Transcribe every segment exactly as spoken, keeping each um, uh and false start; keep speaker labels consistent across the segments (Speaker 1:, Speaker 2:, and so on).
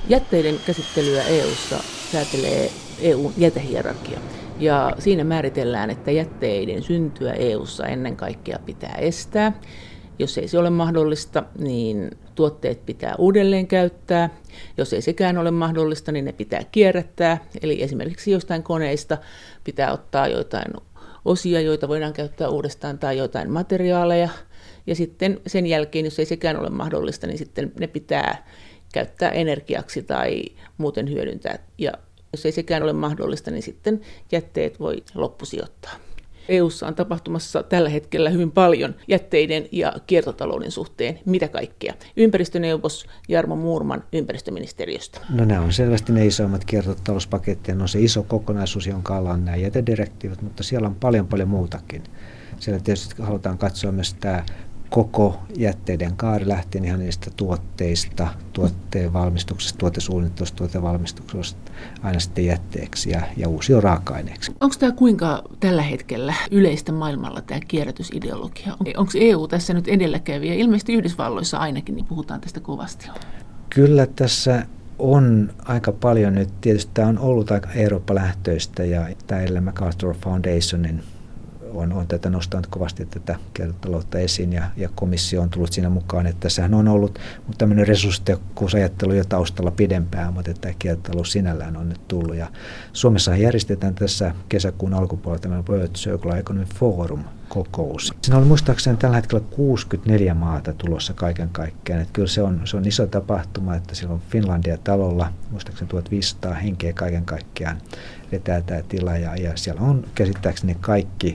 Speaker 1: Jätteiden käsittelyä E U:ssa säätelee E U:n jätehierarkia. Ja siinä määritellään, että jätteiden syntyä E U:ssa ennen kaikkea pitää estää. Jos ei se ole mahdollista, niin tuotteet pitää uudelleen käyttää. Jos ei sekään ole mahdollista, niin ne pitää kierrättää. Eli esimerkiksi jostain koneista pitää ottaa joitain osia, joita voidaan käyttää uudestaan, tai joitain materiaaleja. Ja sitten sen jälkeen, jos ei sekään ole mahdollista, niin sitten ne pitää käyttää energiaksi tai muuten hyödyntää. Ja jos ei sekään ole mahdollista, niin sitten jätteet voi loppusijoittaa. E U:ssa on tapahtumassa tällä hetkellä hyvin paljon jätteiden ja kiertotalouden suhteen. Mitä kaikkea? Ympäristöneuvos Jarmo Muurman ympäristöministeriöstä.
Speaker 2: No nämä on selvästi ne isoimmat kiertotalouspaketit. Ne on se iso kokonaisuus, jonka alla on nämä jätedirektiivit, mutta siellä on paljon paljon muutakin. Siellä tietysti halutaan katsoa myös tämä koko jätteiden kaari lähtien ihan niistä tuotteista, tuotteen valmistuksesta, tuotesuunnittelusta, tuotevalmistuksesta aina sitten jätteeksi ja, ja uusia raaka-aineeksi.
Speaker 1: Onko tämä kuinka tällä hetkellä yleistä maailmalla tämä kierrätysideologia? Onko E U tässä nyt edelläkävijä? Ilmeisesti Yhdysvalloissa ainakin niin puhutaan tästä kovasti.
Speaker 2: Kyllä tässä on aika paljon nyt. Tietysti tämä on ollut aika Eurooppa-lähtöistä ja tämä Ellen MacArthur Foundationin On, on tätä nostanut kovasti tätä kiertotaloutta esiin ja, ja komissio on tullut siinä mukaan, että tässähän on ollut tämmöinen resurssitehokkuusajattelu jo taustalla pidempään, mutta tämä kiertotalous sinällään on nyt tullut. Ja Suomessahan järjestetään tässä kesäkuun alkupuolella tämä World Circular Economy Forum kokous. Siinä on muistaakseni tällä hetkellä kuusikymmentäneljä maata tulossa kaiken kaikkiaan. Että kyllä se on, se on iso tapahtuma, että siellä on Finlandia talolla, muistaakseni tuhatviisisataa henkeä kaiken kaikkiaan vetää tämä tila ja, ja siellä on käsittääkseni kaikki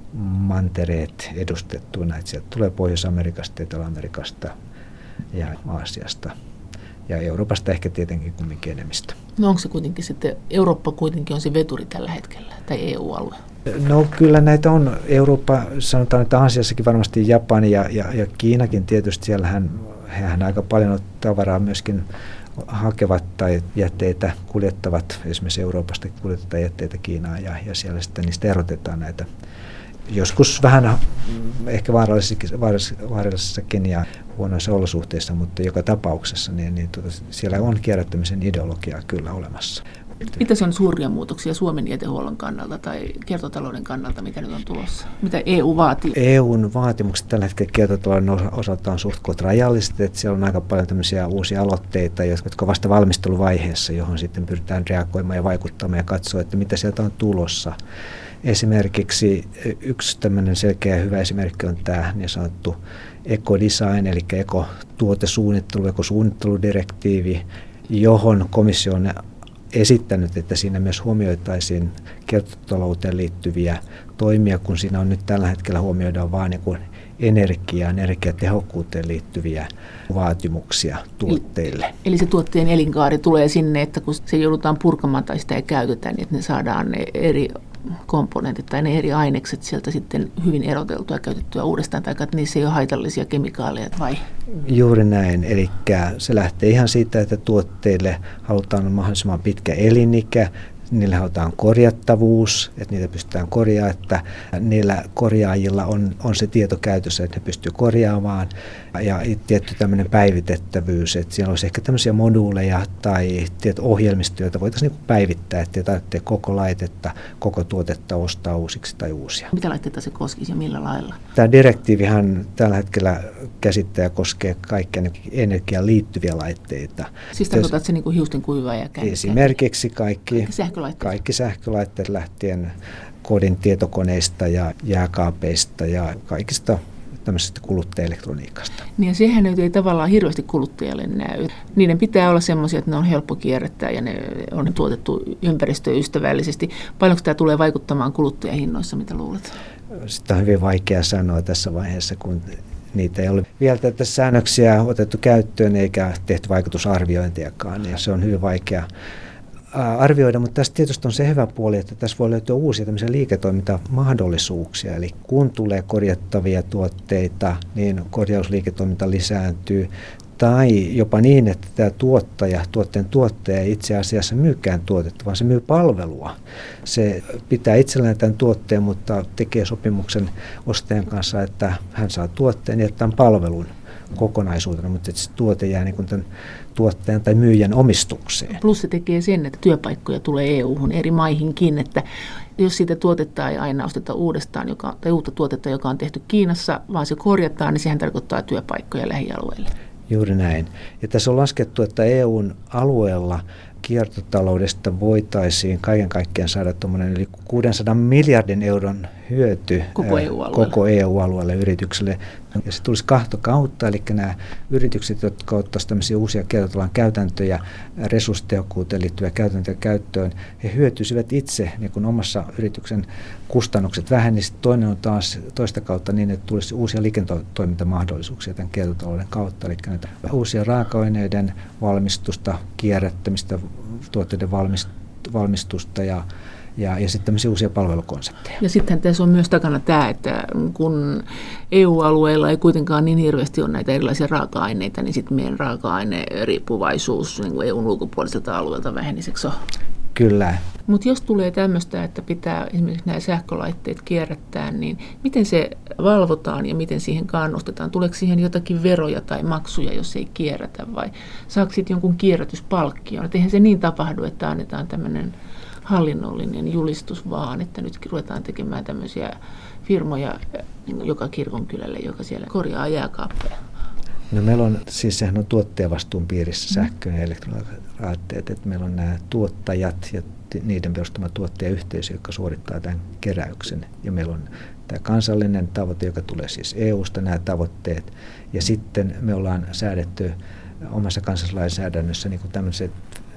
Speaker 2: mantereet edustettuina. Että sieltä tulee Pohjois-Amerikasta, Etelä-Amerikasta ja Aasiasta. Ja Euroopasta ehkä tietenkin kumminkin enemmistö.
Speaker 1: No onko se kuitenkin sitten, Eurooppa kuitenkin on se veturi tällä hetkellä, tai E U-alue?
Speaker 2: No kyllä näitä on. Eurooppa, sanotaan, että Aasiassakin varmasti Japani ja, ja, ja Kiinakin tietysti. Siellähän hehän aika paljon tavaraa myöskin hakevat tai jätteitä kuljettavat. Esimerkiksi Euroopasta kuljetetaan jätteitä Kiinaan ja, ja siellä sitten niistä erotetaan näitä. Joskus vähän ehkä vaarallisissakin ja huonoissa olosuhteissa, mutta joka tapauksessa niin, niin tuota, siellä on kierrättämisen ideologiaa kyllä olemassa.
Speaker 1: Mitä se on suuria muutoksia Suomen jätehuollon kannalta tai kiertotalouden kannalta, mitä nyt on tulossa? Mitä E U vaatii?
Speaker 2: E U:n vaatimukset tällä hetkellä kiertotalouden osalta on suht koot rajalliset, että siellä on aika paljon tämmöisiä uusia aloitteita, jotka vasta valmisteluvaiheessa, johon sitten pyritään reagoimaan ja vaikuttamaan ja katsoa, että mitä sieltä on tulossa. Esimerkiksi yksi tämmöinen selkeä ja hyvä esimerkki on tämä niin sanottu ekodesign, eli ekotuotesuunnittelu, ekosuunnitteludirektiivi, johon komissio on esittänyt, että siinä myös huomioitaisiin kiertotalouteen liittyviä toimia, kun siinä on nyt tällä hetkellä huomioidaan vain niin energiaan, energiatehokkuuteen liittyviä vaatimuksia tuotteille.
Speaker 1: Eli, eli se tuotteen elinkaari tulee sinne, että kun se joudutaan purkamaan tai sitä ei käytetä, niin että ne saadaan ne eri komponentit tai ne eri ainekset sieltä sitten hyvin eroteltua ja käytettyä uudestaan, tai että niissä ei ole haitallisia kemikaaleja, vai?
Speaker 2: Juuri näin, eli se lähtee ihan siitä, että tuotteille halutaan mahdollisimman pitkä elinikä, niillä halutaan korjattavuus, että niitä pystytään korjaamaan, että niillä korjaajilla on, on se tieto käytössä, että ne pystyy korjaamaan ja tietty tämmöinen päivitettävyys, että siellä olisi ehkä tämmöisiä moduuleja tai ohjelmistoja, joita voitaisiin niin päivittää, ettei tarvitse koko laitetta, koko tuotetta ostaa uusiksi tai uusia.
Speaker 1: Mitä laitteita se koskisi ja millä lailla?
Speaker 2: Tämä direktiivihan tällä hetkellä käsittää ja koskee kaikkia energiaan liittyviä laitteita.
Speaker 1: Siis tarkoittaa, että se niin kuin hiusten kuivaa ja käy?
Speaker 2: Esimerkiksi kaikki.
Speaker 1: kaikki sähkölaitteet.
Speaker 2: Kaikki sähkölaitteet lähtien kodin tietokoneista ja jääkaapeista ja kaikista tämmöisestä kuluttajaelektroniikasta.
Speaker 1: Niin ja sehän nyt ei tavallaan hirveästi kuluttajalle näy. Niiden pitää olla semmoisia, että ne on helppo kierrättää ja ne on tuotettu ympäristöystävällisesti. Paljonko tämä tulee vaikuttamaan kuluttajahinnoissa, mitä luulet?
Speaker 2: Sitä on hyvin vaikea sanoa tässä vaiheessa, kun niitä ei ole vielä tätä säännöksiä otettu käyttöön eikä tehty vaikutusarviointiakaan. Ja se on hyvin vaikea arvioida, mutta tässä tietysti on se hyvä puoli, että tässä voi löytyä uusia tämmöisiä liiketoimintamahdollisuuksia. Eli kun tulee korjattavia tuotteita, niin korjausliiketoiminta lisääntyy. Tai jopa niin, että tämä tuottaja, tuotteen tuottaja ei itse asiassa myykään tuotetta, vaan se myy palvelua. Se pitää itsellään tämän tuotteen, mutta tekee sopimuksen ostajan kanssa, että hän saa tuotteen ja tämän palvelun kokonaisuutena, mutta että se tuote jää niin kuin tämän tuottajan tai myyjän omistukseen.
Speaker 1: Plus se tekee sen, että työpaikkoja tulee E U-hun eri maihinkin, että jos siitä tuotetta ei aina osteta uudestaan joka, tai uutta tuotetta, joka on tehty Kiinassa, vaan se korjataan, niin sehän tarkoittaa työpaikkoja lähialueille.
Speaker 2: Juuri näin. Ja tässä on laskettu, että E U:n alueella kiertotaloudesta voitaisiin kaiken kaikkiaan saada tuommoinen yli kuusisataa miljardin euron hyöty
Speaker 1: koko E U-alueelle.
Speaker 2: koko E U-alueelle yritykselle. Ja se tulisi kahta kautta, eli nämä yritykset, jotka ottaisivat tämmöisiä uusia kiertotalan käytäntöjä, resurssitehokkuuteen liittyviä käytäntöjä käyttöön, he hyötyisivät itse niin kun omassa yrityksen kustannukset vähenisivät. Toinen on taas toista kautta niin, että tulisi uusia liiketoimintamahdollisuuksia tämän kiertotalouden kautta, eli näitä uusia raaka-aineiden valmistusta, kierrättämistä, tuotteiden valmistusta ja Ja, ja sitten tämmöisiä uusia palvelukonsepteja.
Speaker 1: Ja sitten tässä on myös takana tämä, että kun E U-alueella ei kuitenkaan niin hirveästi ole näitä erilaisia raaka-aineita, niin sitten meidän raaka-aineriippuvaisuus niin kuin E U:n ulkopuoliselta alueelta väheniseksi on.
Speaker 2: Kyllä.
Speaker 1: Mutta jos tulee tämmöistä, että pitää esimerkiksi nämä sähkölaitteet kierrättää, niin miten se valvotaan ja miten siihen kannustetaan? Tuleeko siihen jotakin veroja tai maksuja, jos ei kierrätä, vai saako sitten jonkun kierrätyspalkkion? Et eihän se niin tapahdu, että annetaan tämmöinen hallinnollinen julistus vaan, että nyt ruvetaan tekemään tämmöisiä firmoja joka kirkonkylälle, joka siellä korjaa jääkaappeja.
Speaker 2: No meillä on, siis sehän on tuottajavastuun piirissä sähkö- ja elektroniikkalaitteet, että meillä on nämä tuottajat ja niiden perustama tuottajayhteisö, joka suorittaa tämän keräyksen. Ja meillä on tämä kansallinen tavoite, joka tulee siis E U:sta nämä tavoitteet. Ja sitten me ollaan säädetty omassa kansallislainsäädännössä niin kuin tämmöiset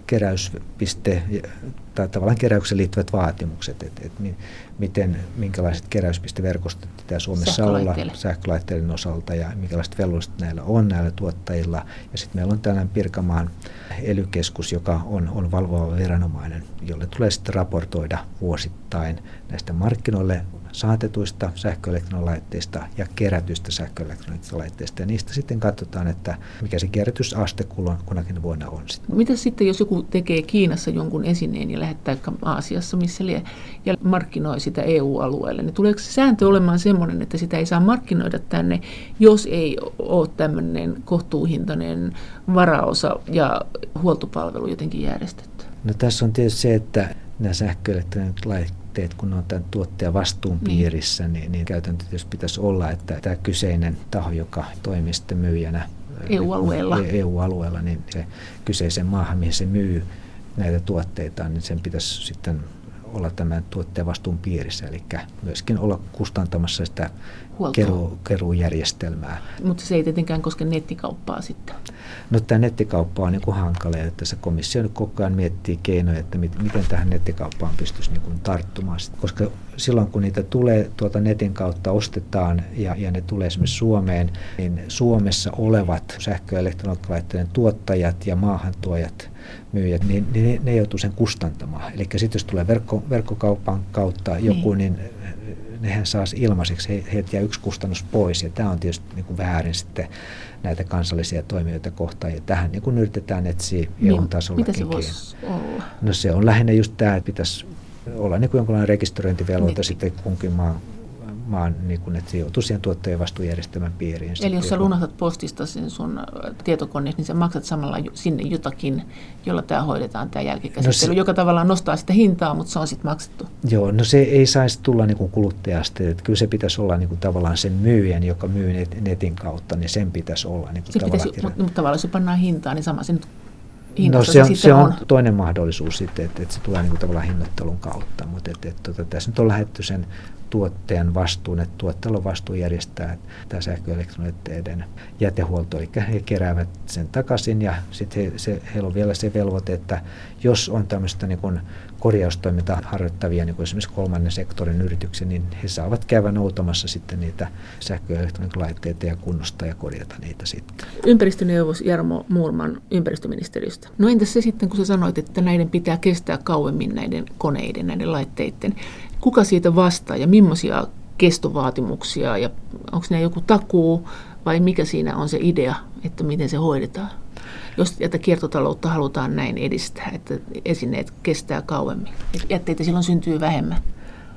Speaker 2: keräyspiste tai tavallaan keräykseen liittyvät vaatimukset, että, että miten, minkälaiset keräyspisteverkostot pitää Suomessa olla sähkölaitteiden osalta ja minkälaiset velvollisuudet näillä on näillä tuottajilla. Ja sitten meillä on tällainen Pirkanmaan E L Y-keskus, joka on, on valvova viranomainen, jolle tulee sitten raportoida vuosittain näistä markkinoille saatetuista sähköelektronolaitteista ja kerätyistä sähköelektronolaitteista. Ja niistä sitten katsotaan, että mikä se kierrätysaste kunakin vuonna on.
Speaker 1: Mitä sitten, jos joku tekee Kiinassa jonkun esineen ja lähettää Aasiassa, missä lie, ja markkinoi sitä E U-alueelle, niin tuleeko sääntö olemaan sellainen, että sitä ei saa markkinoida tänne, jos ei ole tämmöinen kohtuuhintainen varaosa ja huoltopalvelu jotenkin järjestetty?
Speaker 2: No tässä on tietysti se, että nämä sähköelektronolaitteet, kun on tämän tuottajan vastuun piirissä, niin, niin käytäntö tietysti pitäisi olla, että tämä kyseinen taho, joka toimii sitten myyjänä
Speaker 1: E U-alueella,
Speaker 2: E U-alueella niin se kyseisen maahan, mihin se myy näitä tuotteita, niin sen pitäisi sitten olla tämän tuottajan vastuun piirissä, eli myöskin olla kustantamassa sitä keru, keruujärjestelmää.
Speaker 1: Mutta se ei tietenkään koske nettikauppaa sitten.
Speaker 2: No tämä nettikauppa on niin kuin hankala, että se komissio nyt koko ajan miettii keinoja, että miten tähän nettikauppaan pystyisi niin kuin tarttumaan. Koska silloin kun niitä tulee tuolta netin kautta ostetaan ja, ja ne tulee esimerkiksi Suomeen, niin Suomessa olevat sähkö- ja elektroniikkalaitteiden tuottajat ja maahantuojat, myyjät, niin, niin ne joutuu sen kustantamaan. Eli sitten jos tulee verkko, verkkokaupan kautta joku, niin, niin nehän saa ilmaiseksi, he, heiltä jää yksi kustannus pois. Ja tämä on tietysti niin kuin väärin sitten näitä kansallisia toimijoita kohtaan. Ja tähän niin kuin yritetään etsiä E U-tasollakin.
Speaker 1: Mitä se voisi olla?
Speaker 2: No se on lähinnä just tämä, että pitäisi olla niin kuin jonkinlainen rekisteröintivelvoite niin sitten kunkin maan, maan niin kuin, että se joutuu siihen tuottajien vastuujärjestelmän piiriin.
Speaker 1: Eli jos sä lunastat postista sen sun tietokoneesta, niin sä maksat samalla sinne jotakin, jolla tämä hoidetaan, tämä jälkikäsittely, no se, joka tavallaan nostaa sitä hintaa, mutta se on sitten maksettu.
Speaker 2: Joo, no se ei saisi tulla niin kuin kuluttajasta, että kyllä se pitäisi olla niin kuin tavallaan sen myyjän, joka myy net, netin kautta, niin sen pitäisi olla niin kuin
Speaker 1: se
Speaker 2: tavallaan.
Speaker 1: Pitäisi, mutta, mutta tavallaan jos se pannaan hintaan, niin sama se nyt
Speaker 2: No se on, se on toinen mahdollisuus sitten, että, että se tulee niin kuin tavallaan hinnoittelun kautta, mutta että, että, että tässä nyt on lähdetty sen tuottajan vastuun, että tuottajalla on vastuu järjestää tämä sähköelektroniikkaiden jätehuolto, eli he keräävät sen takaisin ja sitten he, se, heillä on vielä se velvoite, että jos on tämmöistä niin kuin korjaustoimintaa harjoittavia niin kuin esimerkiksi kolmannen sektorin yrityksiä, niin he saavat käydä noutamassa sitten niitä sähköelektroniikkalaitteita ja kunnostaa ja korjata niitä sitten.
Speaker 1: Ympäristöneuvos Jarmo Muurman ympäristöministeriöstä. No entäs se sitten, kun sä sanoit, että näiden pitää kestää kauemmin näiden koneiden, näiden laitteiden. Kuka siitä vastaa ja millaisia kestovaatimuksia ja onko ne joku takuu vai mikä siinä on se idea, että miten se hoidetaan? Jos että kiertotaloutta halutaan näin edistää, että esineet kestää kauemmin, jätteitä silloin syntyy vähemmän.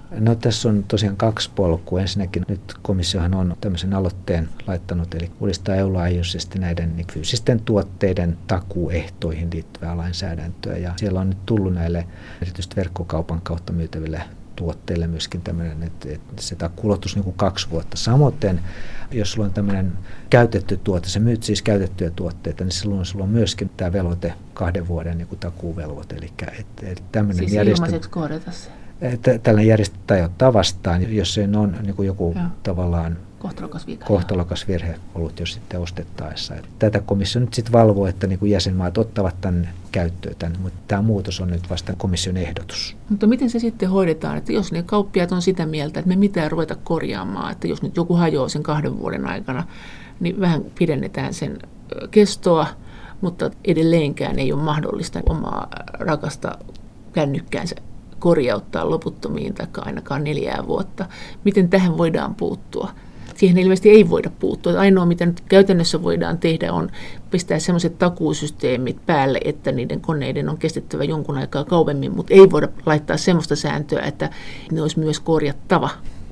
Speaker 2: No tässä on tosiaan kaksi polkua. Ensinnäkin nyt komissiohan on tämmöisen aloitteen laittanut, eli uudistaa E U-laajuisesti näiden niin fyysisten tuotteiden takuuehtoihin liittyvää lainsäädäntöä. Ja siellä on nyt tullut näille erityisesti verkkokaupan kautta myytäville tuotteille myöskin tämmöinen, että, että se takuulotus niin kuin kaksi vuotta. Samoin, jos sulla on tämmöinen käytetty tuote, sä myyt siis käytettyjä tuotteita, niin silloin sulla on myöskin tämä velvoite kahden vuoden niin kuin takuuvelvoite. Eli että, että tämmöinen
Speaker 1: siis
Speaker 2: järjestelmä,
Speaker 1: ilmaiseksi korjata se.
Speaker 2: Että tällainen järjestelmä ei ottaa vastaan, jos se on niin kuin joku Joo. tavallaan
Speaker 1: kohtalokas, vika,
Speaker 2: kohtalokas virhe ollut jo sitten ostettaessa. Tätä komissio nyt sitten valvoo, että niin kuin jäsenmaat ottavat tämän käyttöön tämän, mutta tämä muutos on nyt vasta komission ehdotus.
Speaker 1: Mutta miten se sitten hoidetaan, että jos ne kauppiaat on sitä mieltä, että me mitään ruveta korjaamaan, että jos nyt joku hajoaa sen kahden vuoden aikana, niin vähän pidennetään sen kestoa, mutta edelleenkään ei ole mahdollista omaa rakasta kännykkäänsä korjauttaa loputtomiin tai ainakaan neljää vuotta. Miten tähän voidaan puuttua? Siihen ilmeisesti ei voida puuttua. Ainoa, mitä nyt käytännössä voidaan tehdä, on pistää sellaiset takuusysteemit päälle, että niiden koneiden on kestettävä jonkun aikaa kauemmin, mutta ei voida laittaa sellaista sääntöä, että ne olisi myös korjattava.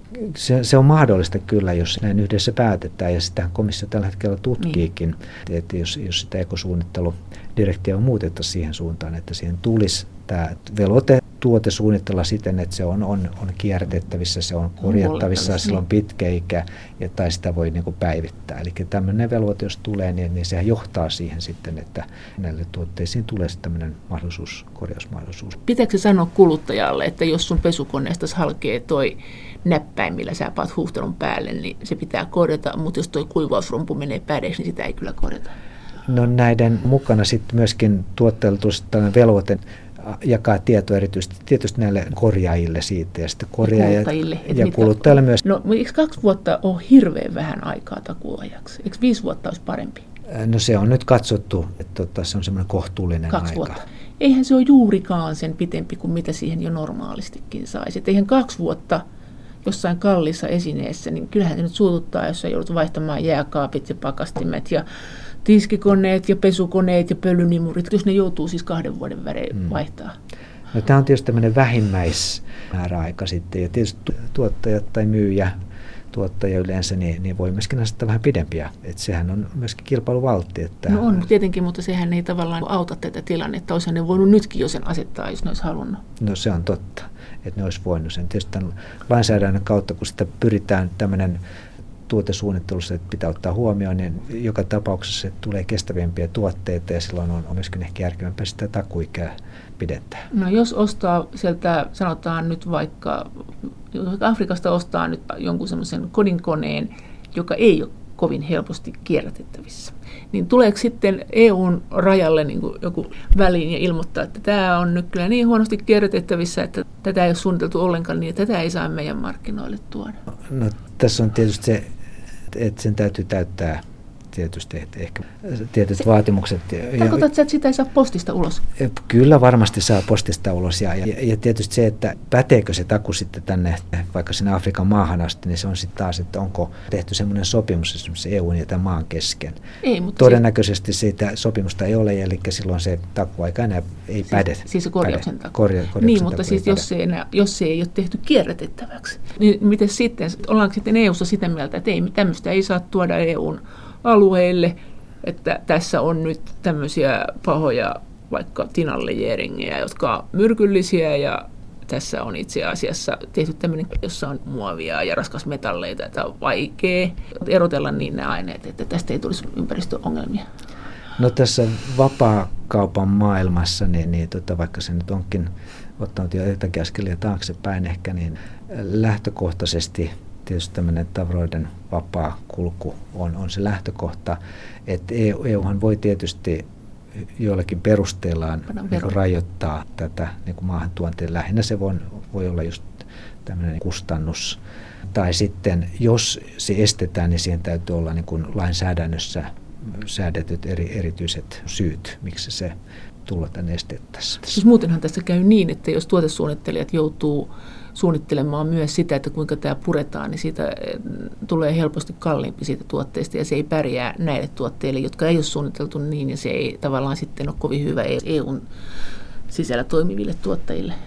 Speaker 2: Se, se on mahdollista kyllä, jos näin yhdessä päätetään, ja sitä komissio tällä hetkellä tutkiikin, niin. että jos, jos sitä ekosuunnitteludirektiiviä muutettaisiin siihen suuntaan, että siihen tulisi tämä velvoite tuotesuunnitella siten, että se on, on, on kierrätettävissä, se on korjattavissa, sillä on pitkä ikä, ja, tai sitä voi niin kuin päivittää. Eli tämmöinen velvoite, jos tulee, niin, niin sehän johtaa siihen sitten, että näille tuotteisiin tulee tämmöinen mahdollisuus, korjausmahdollisuus.
Speaker 1: Pitääkö se sanoa kuluttajalle, että jos sun pesukoneesta halkee toi näppäin, millä sä paat huuhtelun päälle, niin se pitää korjata, mutta jos toi kuivausrumpu menee päreiksi, niin sitä ei kyllä korjata.
Speaker 2: No näiden mukana sitten myöskin tuotteella tulisi tällainen velvoite jakaa tietoa erityisesti tietysti näille korjaajille siitä ja sitten korjaajat
Speaker 1: kuluttajille,
Speaker 2: ja kuluttajille myös.
Speaker 1: No eikö kaksi vuotta ole hirveän vähän aikaa takuuajaksi? Eikö viisi vuotta olisi parempi?
Speaker 2: No se on nyt katsottu, että tota, se on semmoinen kohtuullinen
Speaker 1: kaksi
Speaker 2: aika.
Speaker 1: Vuotta. Eihän se ole juurikaan sen pitempi kuin mitä siihen jo normaalistikin saisi. Et eihän kaksi vuotta jossain kalliissa esineessä, niin kyllähän se nyt suututtaa, jos sä joudut vaihtamaan jääkaapit ja pakastimet ja tiskikoneet ja pesukoneet ja pölynimurit, jos ne joutuu siis kahden vuoden välein hmm. vaihtaa.
Speaker 2: No, tämä on tietysti tämmöinen vähimmäismääräaika sitten, ja tietysti tuottajat tai myyjä, tuottaja yleensä, niin, niin voi myöskin asettaa vähän pidempiä. Että sehän on myöskin kilpailuvaltti. Että
Speaker 1: no on, tietenkin, mutta sehän ei tavallaan auta tätä tilannetta. Olisihan ne voinut nytkin jo sen asettaa, jos ne olisi halunnut.
Speaker 2: No se on totta, että ne olisi voinut sen. Tietysti tämän lainsäädännön kautta, kun sitä pyritään tämmöinen tuotesuunnittelussa, että pitää ottaa huomioon, niin joka tapauksessa tulee kestävämpiä tuotteita ja silloin on myöskin ehkä järkevämpää sitä takuikää pidentää.
Speaker 1: No jos ostaa sieltä, sanotaan nyt vaikka, jos Afrikasta ostaa nyt jonkun semmoisen kodinkoneen, joka ei ole kovin helposti kierrätettävissä, niin tuleeko sitten E U:n rajalle niin kuin joku väliin ja ilmoittaa, että tämä on nyt kyllä niin huonosti kierrätettävissä, että tätä ei ole suunniteltu ollenkaan niin, että tätä ei saa meidän markkinoille tuoda?
Speaker 2: No tässä on tietysti se, että sen täytyy täyttää tietysti ehkä tietyt se, vaatimukset.
Speaker 1: Tarkoitatko, että sitä ei saa postista ulos?
Speaker 2: Kyllä varmasti saa postista ulos. Ja, ja, ja tietysti se, että päteekö se taku sitten tänne, vaikka sinne Afrikan maahan asti, niin se on sitten taas, että onko tehty semmoinen sopimus esimerkiksi E U:n ja tämän maan kesken.
Speaker 1: Ei, mutta
Speaker 2: todennäköisesti se, siitä sopimusta ei ole, eli silloin se takuaika enää ei
Speaker 1: siis,
Speaker 2: päde.
Speaker 1: Siis se korjauksen taku.
Speaker 2: Korja, korjauksen
Speaker 1: niin,
Speaker 2: taku
Speaker 1: mutta siis jos se, enää, jos se ei ole tehty kierrätettäväksi, niin miten sitten, ollaanko sitten E U:ssa sitä mieltä, että ei, tämmöistä ei saa tuoda E U:n alueille, että tässä on nyt tämmöisiä pahoja vaikka tinallejeringejä, jotka on myrkyllisiä ja tässä on itse asiassa tehty tämmöinen, jossa on muovia ja raskasmetalleita, että on vaikea erotella niin nämä aineet, että tästä ei tulisi ympäristöongelmia.
Speaker 2: No tässä vapaakaupan maailmassa, niin, niin tota, vaikka se nyt onkin ottanut jo jotakin askelia taaksepäin ehkä, niin lähtökohtaisesti tietysti tämmöinen tavaroiden vapaa kulku on, on se lähtökohta, että E Uhan voi tietysti joillakin perusteellaan niin rajoittaa tätä niin kuin maahantuontia. Lähinnä se voi, voi olla just tämmöinen kustannus. Tai sitten, jos se estetään, niin siihen täytyy olla niin kuin lainsäädännössä säädetyt eri, erityiset syyt, miksi se tulla tänne estettäessä.
Speaker 1: Siis muutenhan tässä käy niin, että jos tuotesuunnittelijat joutuu suunnittelemaan myös sitä, että kuinka tämä puretaan, niin siitä tulee helposti kalliimpi siitä tuotteesta ja se ei pärjää näille tuotteille, jotka ei ole suunniteltu niin ja se ei tavallaan sitten ole kovin hyvä E U:n sisällä toimiville tuottajille.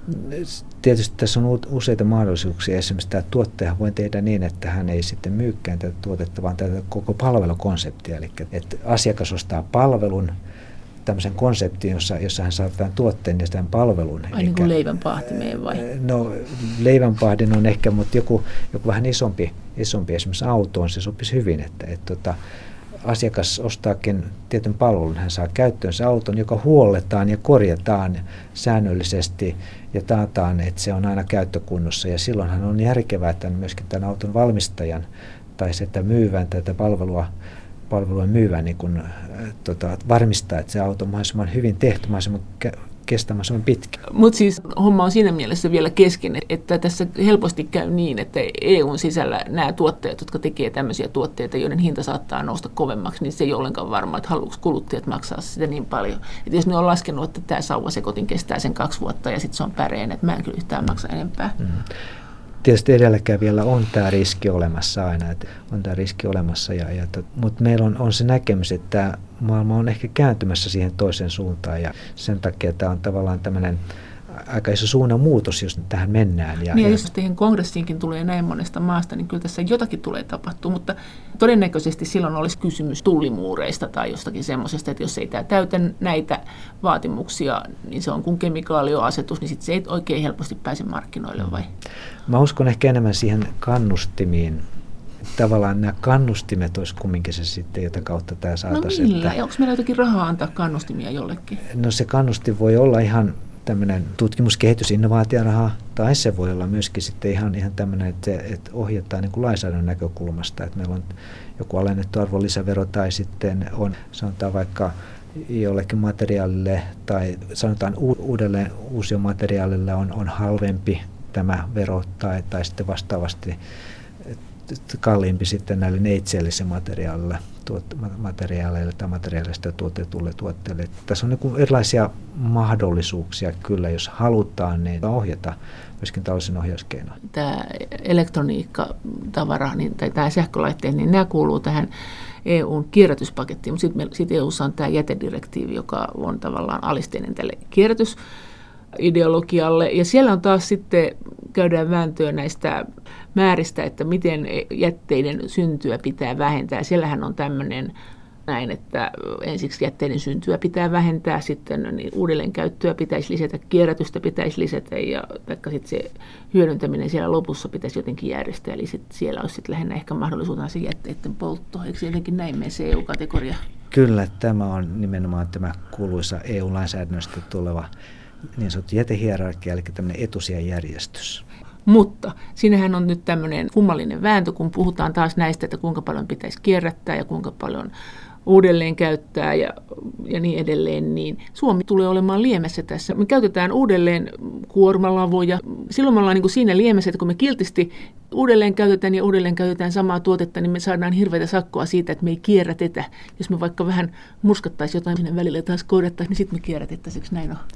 Speaker 2: Tietysti tässä on useita mahdollisuuksia. Esimerkiksi tämä tuottaja voi tehdä niin, että hän ei sitten myykään tätä tuotetta, vaan tätä koko palvelukonseptia. Eli että asiakas ostaa palvelun, tämmöisen konseptin, jossa, jossa hän saa tämän tuotteen ja tämän palvelun.
Speaker 1: Ai niin kuin leivänpahtimeen vai?
Speaker 2: No leivänpahdin on ehkä, mutta joku, joku vähän isompi, isompi esimerkiksi autoon, se sopisi hyvin, että et, tota, asiakas ostaakin tietyn palvelun, hän saa käyttöönsä auton, joka huolletaan ja korjataan säännöllisesti ja taataan, että se on aina käyttökunnossa. Ja silloinhan on järkevää, että myöskin tämän auton valmistajan tai sitä myyvän tätä palvelua, palvelua myyvän niin kun, tota, varmistaa, että se auto on mahdollisimman hyvin tehty, mahdollisimman kestämään pitkä.
Speaker 1: Mutta siis homma on siinä mielessä vielä kesken, että tässä helposti käy niin, että E U:n sisällä nämä tuottajat, jotka tekee tämmöisiä tuotteita, joiden hinta saattaa nousta kovemmaksi, niin se ei ole ollenkaan varma, että haluatko kuluttajat maksaa sitä niin paljon. Että jos ne on laskenut, että tämä sauvasekotin kestää sen kaksi vuotta ja sitten se on päreen, että mä en kyllä yhtään maksa enempää. Mm.
Speaker 2: Tietysti edelläkävijällä on tämä riski olemassa aina, että on tämä riski olemassa, ja, ja tot, mutta meillä on, on se näkemys, että maailma on ehkä kääntymässä siihen toiseen suuntaan, ja sen takia tämä on tavallaan tämmöinen aika iso suunnanmuutos, jos tähän mennään. Ja,
Speaker 1: niin ja
Speaker 2: ja
Speaker 1: jos teidän kongressiinkin tulee näin monesta maasta, niin kyllä tässä jotakin tulee tapahtua, mutta todennäköisesti silloin olisi kysymys tullimuureista tai jostakin semmoisesta, että jos ei tämä täytä näitä vaatimuksia, niin se on kun kemikaalioasetus, niin sitten se ei oikein helposti pääse markkinoille vai?
Speaker 2: Mä uskon ehkä enemmän siihen kannustimiin. Tavallaan nämä kannustimet olisi kumminkin se sitten, jota kautta tämä saataisiin.
Speaker 1: No millä? Että onko meillä jotakin rahaa antaa kannustimia jollekin?
Speaker 2: No se kannustin voi olla ihan tämmöinen tutkimus-, kehitys-, innovaatioraha, tai se voi olla myöskin sitten ihan, ihan tämmöinen, että, että ohjataan niin kuin lainsäädännön näkökulmasta, että meillä on joku alennettu arvonlisävero tai sitten on, sanotaan vaikka jollekin materiaalille tai sanotaan uudelleen uusiomateriaalille on, on halvempi tämä vero tai, tai sitten vastaavasti kalliimpi sitten näille neitseellisille materiaaleille, tuot, materiaaleille tai materiaaleista tuotetulle tuotteille. Tässä on niin erilaisia mahdollisuuksia kyllä, jos halutaan, niin ohjata myöskin tällaisen ohjauskeinoin.
Speaker 1: Tämä elektroniikkatavara niin, tai tämä sähkölaitteet, niin nämä kuuluu tähän E U:n kierrätyspakettiin, mutta sitten sit E U:ssa on tämä jätedirektiivi, joka on tavallaan alisteinen tälle kierrätysideologialle. Ja siellä on taas sitten, käydään vääntöä näistä määristä, että miten jätteiden syntyä pitää vähentää. Siellähän on tämmöinen näin, että ensiksi jätteiden syntyä pitää vähentää, sitten niin uudelleenkäyttöä pitäisi lisätä, kierrätystä pitäisi lisätä ja taikka sitten se hyödyntäminen siellä lopussa pitäisi jotenkin järjestää. Eli sit siellä olisi sitten lähinnä ehkä mahdollisuutena se jätteiden poltto. Eikö se jotenkin näin mene se E U-kategoria?
Speaker 2: Kyllä, tämä on nimenomaan tämä kuuluisa E U-lainsäädännöstä tuleva niin sanottu jätehierarkia, eli tämmöinen etusijajärjestys.
Speaker 1: Mutta siinähän on nyt tämmöinen kummallinen vääntö, kun puhutaan taas näistä, että kuinka paljon pitäisi kierrättää ja kuinka paljon uudelleen käyttää ja, ja niin edelleen, niin Suomi tulee olemaan liemessä tässä. Me käytetään uudelleen kuormalavoja. Silloin me ollaan niin kuin siinä liemessä, että kun me kiltisti uudelleen käytetään ja uudelleen käytetään samaa tuotetta, niin me saadaan hirveätä sakkoa siitä, että me ei kierrätetä. Jos me vaikka vähän murskattaisiin jotain sinne välillä ja taas korjattaisiin, niin sitten me kierrätettäisiin. Näin on?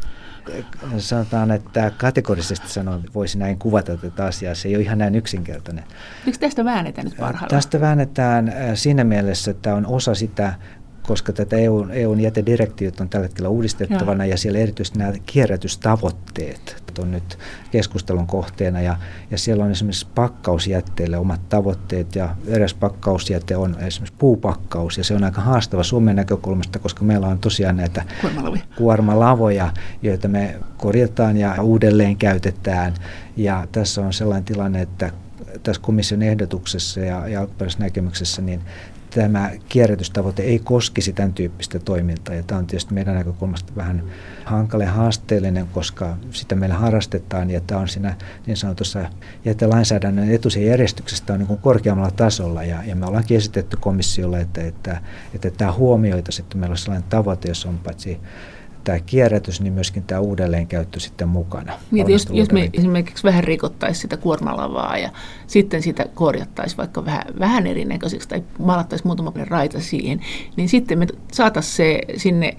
Speaker 2: Sanotaan, että kategorisesti sanoen voisi näin kuvata tätä asiaa. Se ei ole ihan näin yksinkertainen.
Speaker 1: Miksi tästä väännetään nyt parhaillaan?
Speaker 2: Tästä väännetään siinä mielessä, että on osa sitä, koska tätä E U:n, E U:n jätedirektiivit on tällä hetkellä uudistettavana ja, ja siellä erityisesti nämä kierrätystavoitteet on nyt keskustelun kohteena ja, ja siellä on esimerkiksi pakkausjätteille omat tavoitteet ja eräs pakkausjäte on esimerkiksi puupakkaus ja se on aika haastava Suomen näkökulmasta, koska meillä on tosiaan näitä
Speaker 1: kuormalavoja,
Speaker 2: kuormalavoja joita me korjataan ja uudelleen käytetään ja tässä on sellainen tilanne, että tässä komission ehdotuksessa ja, ja alkuperäisessä näkemyksessä niin tämä kierrätystavoite ei koskisi tämän tyyppistä toimintaa ja tämä on tietysti meidän näkökulmasta vähän hankala ja haasteellinen, koska sitä meillä harrastetaan ja tämä on siinä niin sanotussa jätelainsäädännön etusijajärjestyksestä on niin kuin korkeammalla tasolla ja, ja me ollaankin esitetty komissiolle, että, että, että tämä huomioitaisiin, että meillä on sellainen tavoite, jos on paitsi tämä kierrätys, niin myöskin tämä uudelleenkäyttö sitten mukana.
Speaker 1: Niin, jos, jos me esimerkiksi vähän rikottaisiin sitä kuormalavaa ja sitten sitä korjattaisiin vaikka vähän, vähän erinäköiseksi tai maalattaisiin muutama raita siihen, niin sitten me saataisiin se sinne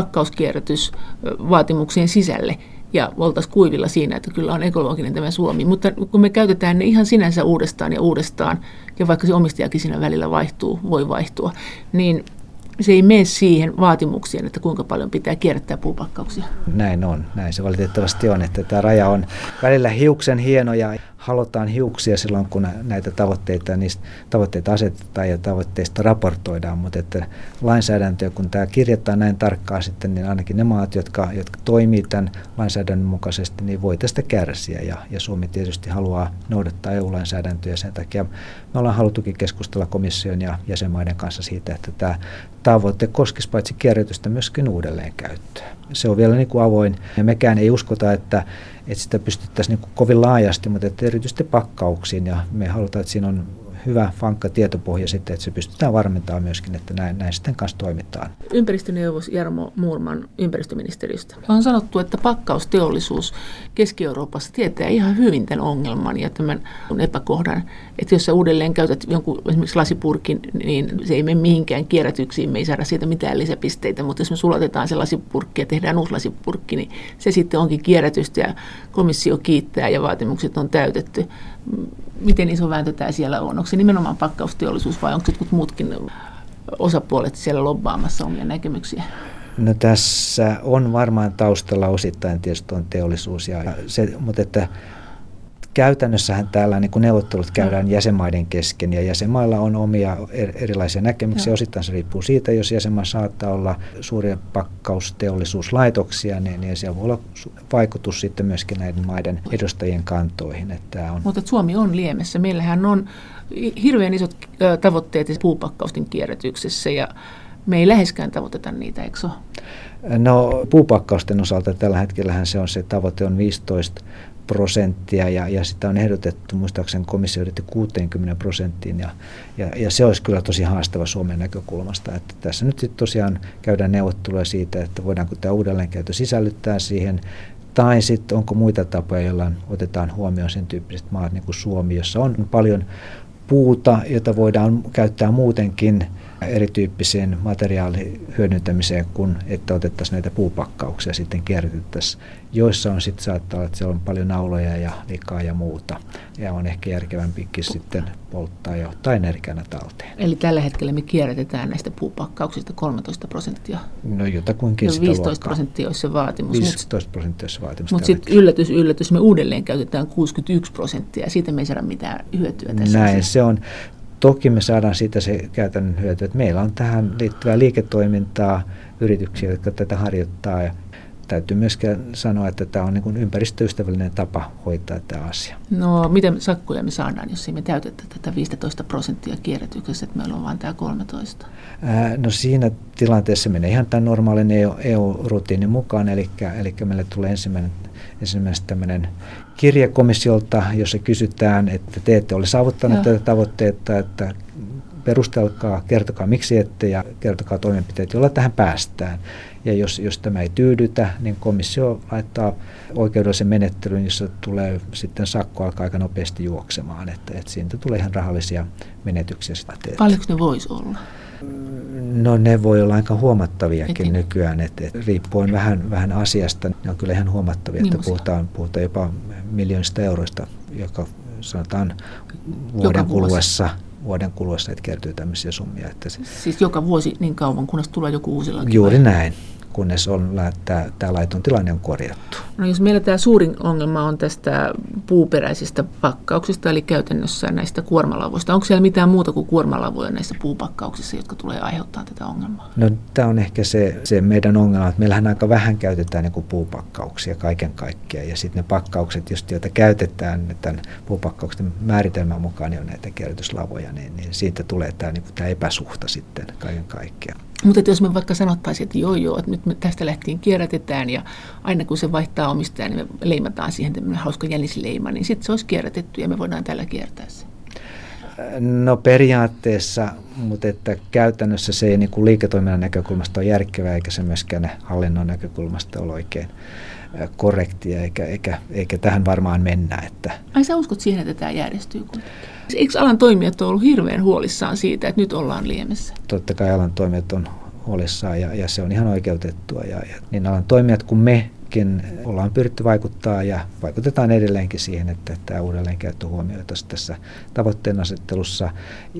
Speaker 1: pakkauskierrätysvaatimuksien sisälle ja oltaisiin kuivilla siinä, että kyllä on ekologinen tämä Suomi. Mutta kun me käytetään ne ihan sinänsä uudestaan ja uudestaan, ja vaikka se omistajakin siinä välillä vaihtuu, voi vaihtua, niin se ei mene siihen vaatimuksien, että kuinka paljon pitää kierrättää puupakkauksia.
Speaker 2: Näin on, näin se valitettavasti on, että tämä raja on välillä hiuksen hieno ja halutaan hiuksia silloin, kun näitä tavoitteita, niistä tavoitteita asetetaan ja tavoitteista raportoidaan, mutta että lainsäädäntöä, kun tämä kirjataan näin tarkkaan sitten, niin ainakin ne maat, jotka, jotka toimii tämän lainsäädännön mukaisesti, niin voi tästä kärsiä ja, ja Suomi tietysti haluaa noudattaa E U-lainsäädäntöä ja sen takia me ollaan haluttukin keskustella komission ja jäsenmaiden kanssa siitä, että tämä tavoite koskisi paitsi kierrätystä myöskin uudelleenkäyttöä. Se on vielä niin kuin avoin ja mekään ei uskota, että, että sitä pystyttäisiin niin kuin kovin laajasti, mutta että erityisesti pakkauksiin ja me halutaan, että siinä on hyvä, vankka tietopohja sitten, että se pystytään varmentamaan myöskin, että näin, näin sitten kanssa toimitaan.
Speaker 1: Ympäristöneuvos Jarmo Muurman ympäristöministeriöstä. On sanottu, että pakkausteollisuus Keski-Euroopassa tietää ihan hyvin tämän ongelman ja tämän epäkohdan, että jos sä uudelleen käytät jonkun esimerkiksi lasipurkin, niin se ei mene mihinkään kierrätyksiin, me ei saada siitä mitään lisäpisteitä, mutta jos me sulatetaan se lasipurkki ja tehdään uusi lasipurkki, niin se sitten onkin kierrätystä ja komissio kiittää ja vaatimukset on täytetty. Miten iso vääntö tämä siellä on? Onko se nimenomaan pakkausteollisuus vai onko jotkut muutkin osapuolet siellä lobbaamassa omia näkemyksiä?
Speaker 2: No tässä on varmaan taustalla osittain tietysti on teollisuus, ja se, mutta että käytännössähän täällä niin kun neuvottelut käydään no. jäsenmaiden kesken ja jäsenmailla on omia erilaisia näkemyksiä. No. Osittain se riippuu siitä, jos jäsenmaa saattaa olla suuria pakkausteollisuuslaitoksia, niin, niin siellä voi olla vaikutus sitten myöskin näiden maiden edustajien kantoihin. Että on.
Speaker 1: Mutta Suomi on liemessä. Meillähän on hirveän isot tavoitteet puupakkausten kierrätyksessä ja me ei läheskään tavoiteta niitä, eikö se ole?
Speaker 2: No puupakkausten osalta tällä hetkellähän se on se tavoite on viisitoista prosenttia ja, ja sitä on ehdotettu, muistaakseni komissio yritti kuusikymmentä prosenttiin ja, ja, ja se olisi kyllä tosi haastava Suomen näkökulmasta, että tässä nyt sitten tosiaan käydään neuvotteluja siitä, että voidaanko tämä uudelleenkäyttö sisällyttää siihen tai sitten onko muita tapoja, joilla otetaan huomioon sen tyyppiset maat niin kuin Suomi, jossa on paljon puuta, jota voidaan käyttää muutenkin erityyppiseen materiaalin hyödyntämiseen, kun että otettaisiin näitä puupakkauksia sitten kierrätettäisiin, joissa on sitten saattaa olla, että siellä on paljon nauloja ja likaa ja muuta. Ja on ehkä järkevämpikin sitten polttaa ja ottaa energiana talteen.
Speaker 1: Eli tällä hetkellä me kierrätetään näistä puupakkauksista kolmetoista prosenttia.
Speaker 2: No jotakuinkin sitä
Speaker 1: viisitoista prosenttia olisi se vaatimus.
Speaker 2: viisitoista prosenttia olisi se vaatimus.
Speaker 1: Mutta sitten yllätys, yllätys, me uudelleen käytetään kuusikymmentäyksi prosenttia ja siitä me ei saada mitään hyötyä tässä.
Speaker 2: Näin se on. Toki me saadaan siitä se käytännön hyöty, että meillä on tähän liittyvää liiketoimintaa, yrityksiä, jotka tätä harjoittaa. Ja täytyy myöskään sanoa, että tämä on niin kuin ympäristöystävällinen tapa hoitaa tämä asia.
Speaker 1: No miten sakkoja me saadaan, jos ei me täytetä tätä viisitoista prosenttia kierrätyksessä, että meillä on vain tämä kolmetoista?
Speaker 2: Ää, no siinä tilanteessa menee ihan tämän normaalin E U-rutiinin mukaan, eli, eli meille tulee ensimmäinen, ensimmäinen tämmöinen kirje komissiolta, jossa kysytään, että te ette ole saavuttaneet tätä tavoitteetta, että perustelkaa, kertokaa miksi ette ja kertokaa toimenpiteet, joilla tähän päästään. Ja jos, jos tämä ei tyydytä, niin komissio laittaa oikeudellisen menettelyn, jossa tulee sitten sakko alkaa aika nopeasti juoksemaan, että, että siitä tulee ihan rahallisia menetyksiä.
Speaker 1: Paljonko ne voisi olla?
Speaker 2: No ne voi olla aika huomattaviakin Etin. nykyään, että, että riippuen vähän, vähän asiasta, ne on kyllä ihan huomattavia, että puhutaan, puhutaan jopa miljoonista euroista, joka sanotaan vuoden kuluessa. vuoden kuluessa, että kertyy tämmöisiä summia. Että se,
Speaker 1: siis joka vuosi niin kauan, kunnes tulee joku uusi laki?
Speaker 2: Juuri näin, kunnes on, tämä, tämä laiton tilanne on korjattu.
Speaker 1: No jos meillä tämä suurin ongelma on tästä puuperäisistä pakkauksista, eli käytännössä näistä kuormalavoista. Onko siellä mitään muuta kuin kuormalavoja näissä puupakkauksissa, jotka tulee aiheuttaa tätä ongelmaa?
Speaker 2: No tämä on ehkä se, se meidän ongelma, että meillähän aika vähän käytetään niin kuin puupakkauksia kaiken kaikkiaan, ja sitten ne pakkaukset, just, joita käytetään tämän puupakkauksen määritelmän mukaan, niin on näitä kierrätyslavoja, niin, niin siitä tulee tämä, niin kuin tämä epäsuhta sitten kaiken kaikkiaan.
Speaker 1: Mutta jos me vaikka sanottaisiin, että joo joo, että nyt me tästä lähtien kierrätetään ja aina kun se vaihtaa omistajan, niin me leimataan siihen tämmöinen hauska jänisleima, niin sitten se olisi kierrätetty ja me voidaan tällä kiertää se.
Speaker 2: No periaatteessa, mutta että käytännössä se ei niin kuin liiketoiminnan näkökulmasta ole järkevää, eikä se myöskään hallinnon näkökulmasta ole oikein korrektia, eikä, eikä, eikä tähän varmaan mennä. Että.
Speaker 1: Ai sä uskot siihen, että tämä järjestyy kuitenkin? Eikö alan toimijat ole ollut hirveän huolissaan siitä, että nyt ollaan liemessä?
Speaker 2: Totta kai alan toimijat on huolissaan ja, ja se on ihan oikeutettua. Ja, ja niin alan toimijat kuin mekin ollaan pyritty vaikuttaa ja vaikutetaan edelleenkin siihen, että tämä uudelleenkäyttö huomioitaisiin tässä tavoitteen asettelussa.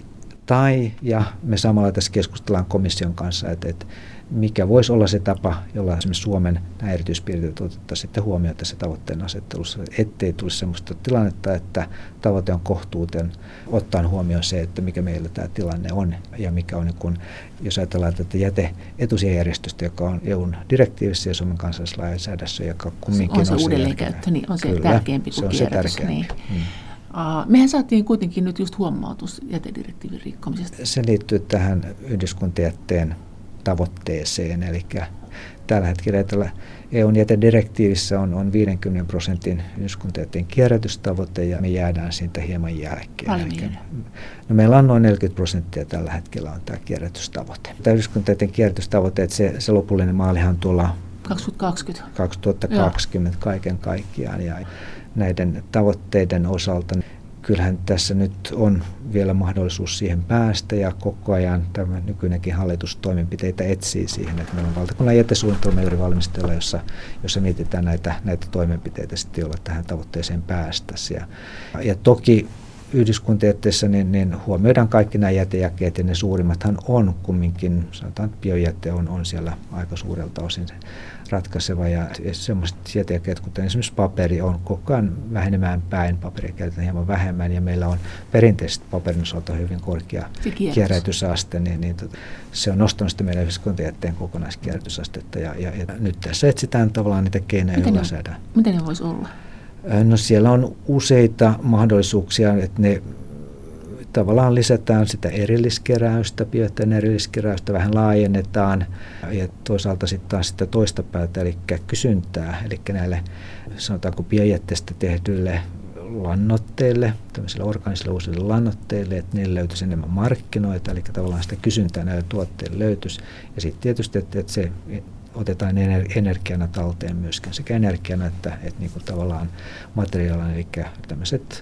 Speaker 2: Tai, ja me samalla tässä keskustellaan komission kanssa, että, että mikä voisi olla se tapa, jolla esimerkiksi Suomen nämä erityispiirteet otettaisiin sitten huomioon tässä tavoitteen asettelussa, ettei tulisi sellaista tilannetta, että tavoite on kohtuuten, ottaen huomioon se, että mikä meillä tämä tilanne on ja mikä on, niin kun, jos ajatellaan tätä jäte-etusijajärjestystä, joka on E U:n direktiivissä ja Suomen kansallislainsäädännössä, joka kumminkin
Speaker 1: on se,
Speaker 2: on se
Speaker 1: uudelleenkäyttö, niin on se
Speaker 2: kyllä,
Speaker 1: tärkeämpi kuin
Speaker 2: se
Speaker 1: kierrätys.
Speaker 2: Se niin. hmm.
Speaker 1: Mehän saatiin kuitenkin nyt just huomautus jätedirektiivin rikkomisesta.
Speaker 2: Se liittyy tähän yhdyskuntajätteen tavoitteeseen, eli tällä hetkellä tällä E U:n jätedirektiivissä on, on viidenkymmenen prosentin yhdyskuntajätteen kierrätystavoite ja me jäädään siitä hieman jälkeen. Eli, no meillä on noin neljäkymmentä prosenttia tällä hetkellä on tämä kierrätystavoite. Tämä yhdyskuntajätteen kierrätystavoite, että se, se lopullinen maalihan on tuolla
Speaker 1: kaksituhattakaksikymmentä,
Speaker 2: kaksituhattakaksikymmentä kaiken kaikkiaan ja näiden tavoitteiden osalta. Kyllähän tässä nyt on vielä mahdollisuus siihen päästä ja koko ajan tämä nykyinenkin hallitus toimenpiteitä etsii siihen, että meillä on valtakunnan jätesuunnitelma juuri valmistella, jossa, jossa mietitään näitä, näitä toimenpiteitä sitten, joilla tähän tavoitteeseen päästäisiin. Ja, ja toki yhdyskuntajätteessä niin, niin huomioidaan kaikki nämä jätejakeet ja ne suurimmathan on kumminkin, sanotaan, että biojäte on, on siellä aika suurelta osin ratkaiseva ja sellaiset jätejakeet, kuten esimerkiksi paperi, on koko ajan vähenemään päin, paperia käytetään hieman vähemmän ja meillä on perinteisesti paperin osalta hyvin korkea kierrätysaste, niin, niin tota, se on nostanut sitä meidän yhdyskuntajätteen kokonaiskierrätysastetta ja, ja, ja nyt tässä etsitään tavallaan niitä keinoja, joilla saadaan.
Speaker 1: Miten ne voisi olla?
Speaker 2: No siellä on useita mahdollisuuksia, että ne tavallaan lisätään sitä erilliskeräystä, biojätteen erilliskeräystä vähän laajennetaan ja toisaalta sitten taas sitä toista päätä, eli kysyntää, eli näille sanotaanko biojätteestä tehtyille lannoitteille, tämmöisille orgaanisille uusille lannoitteille, että niille löytyisi enemmän markkinoita, eli tavallaan sitä kysyntää näille tuotteille löytyisi. Ja sitten tietysti, että, että se otetaan energiana talteen myöskin, sekä energiana että, että niin kuin tavallaan materiaalina, eli tämmöiset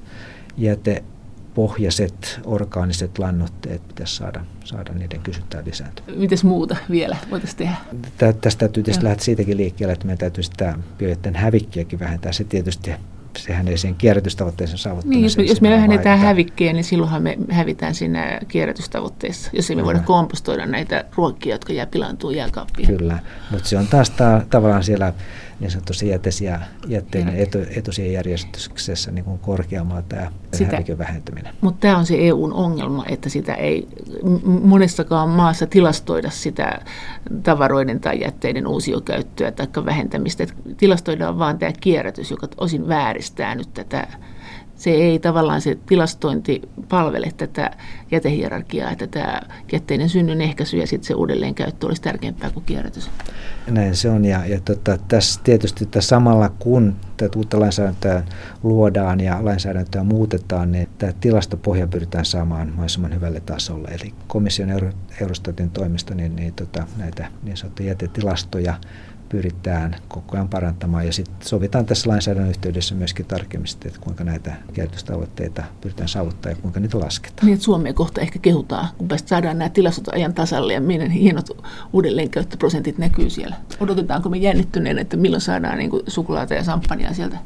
Speaker 2: jätepohjaiset orgaaniset lannoitteet pitäisi saada, saada niiden kysyntää lisääntyä.
Speaker 1: Mites muuta vielä voitaisiin tehdä?
Speaker 2: Tä, tästä täytyy tietysti lähteä siitäkin liikkeelle, että meidän täytyy sitä biojätteen hävikkiäkin vähentää. Se tietysti sehän ei siihen kierrätystavoitteeseen saavuttamiseen.
Speaker 1: Niin, jos, jos me vähennetään hävikkiä, niin silloinhan me hävitään siinä kierrätystavoitteessa, jos ei me voida kompostoida näitä ruokia, jotka jää pilaantuu jääkaappiin.
Speaker 2: Kyllä, mutta se on taas ta- tavallaan siellä niin sanotusti jätesiä, jätteiden etu, etusien järjestyksessä niin kuin korkeammalla tämä hävikin vähentäminen.
Speaker 1: Mutta tämä on se E U:n ongelma, että sitä ei monessakaan maassa tilastoida sitä tavaroiden tai jätteiden uusiokäyttöä tai vähentämistä. Et tilastoidaan vaan tämä kierrätys, joka osin vääristää nyt tätä. Se ei tavallaan se tilastointi palvele tätä jätehierarkiaa, että tämä jätteiden synnyn ehkäisy ja sitten se uudelleenkäyttö olisi tärkeämpää kuin kierrätys.
Speaker 2: Näin se on ja, ja tota, tässä tietysti tässä samalla kun tätä uutta lainsäädäntöä luodaan ja lainsäädäntöä muutetaan, niin tämä tilastopohja pyritään saamaan mahdollisimman hyvälle tasolle. Eli komission Euro, Eurostatin toimesta niin, niin, tota, näitä niin sanottuja jätetilastoja pyritään koko ajan parantamaan ja sitten sovitaan tässä lainsäädännön yhteydessä myöskin tarkemmin, että kuinka näitä kierrätystavoitteita pyritään saavuttaa ja kuinka niitä lasketaan.
Speaker 1: Niin, että Suomea kohta ehkä kehutaan, kun päästä saadaan nämä tilastot ajan tasalle ja meidän hienot uudelleenkäyttöprosentit näkyy siellä. Odotetaanko me jännittyneen, että milloin saadaan niin kuin suklaata ja samppania sieltä?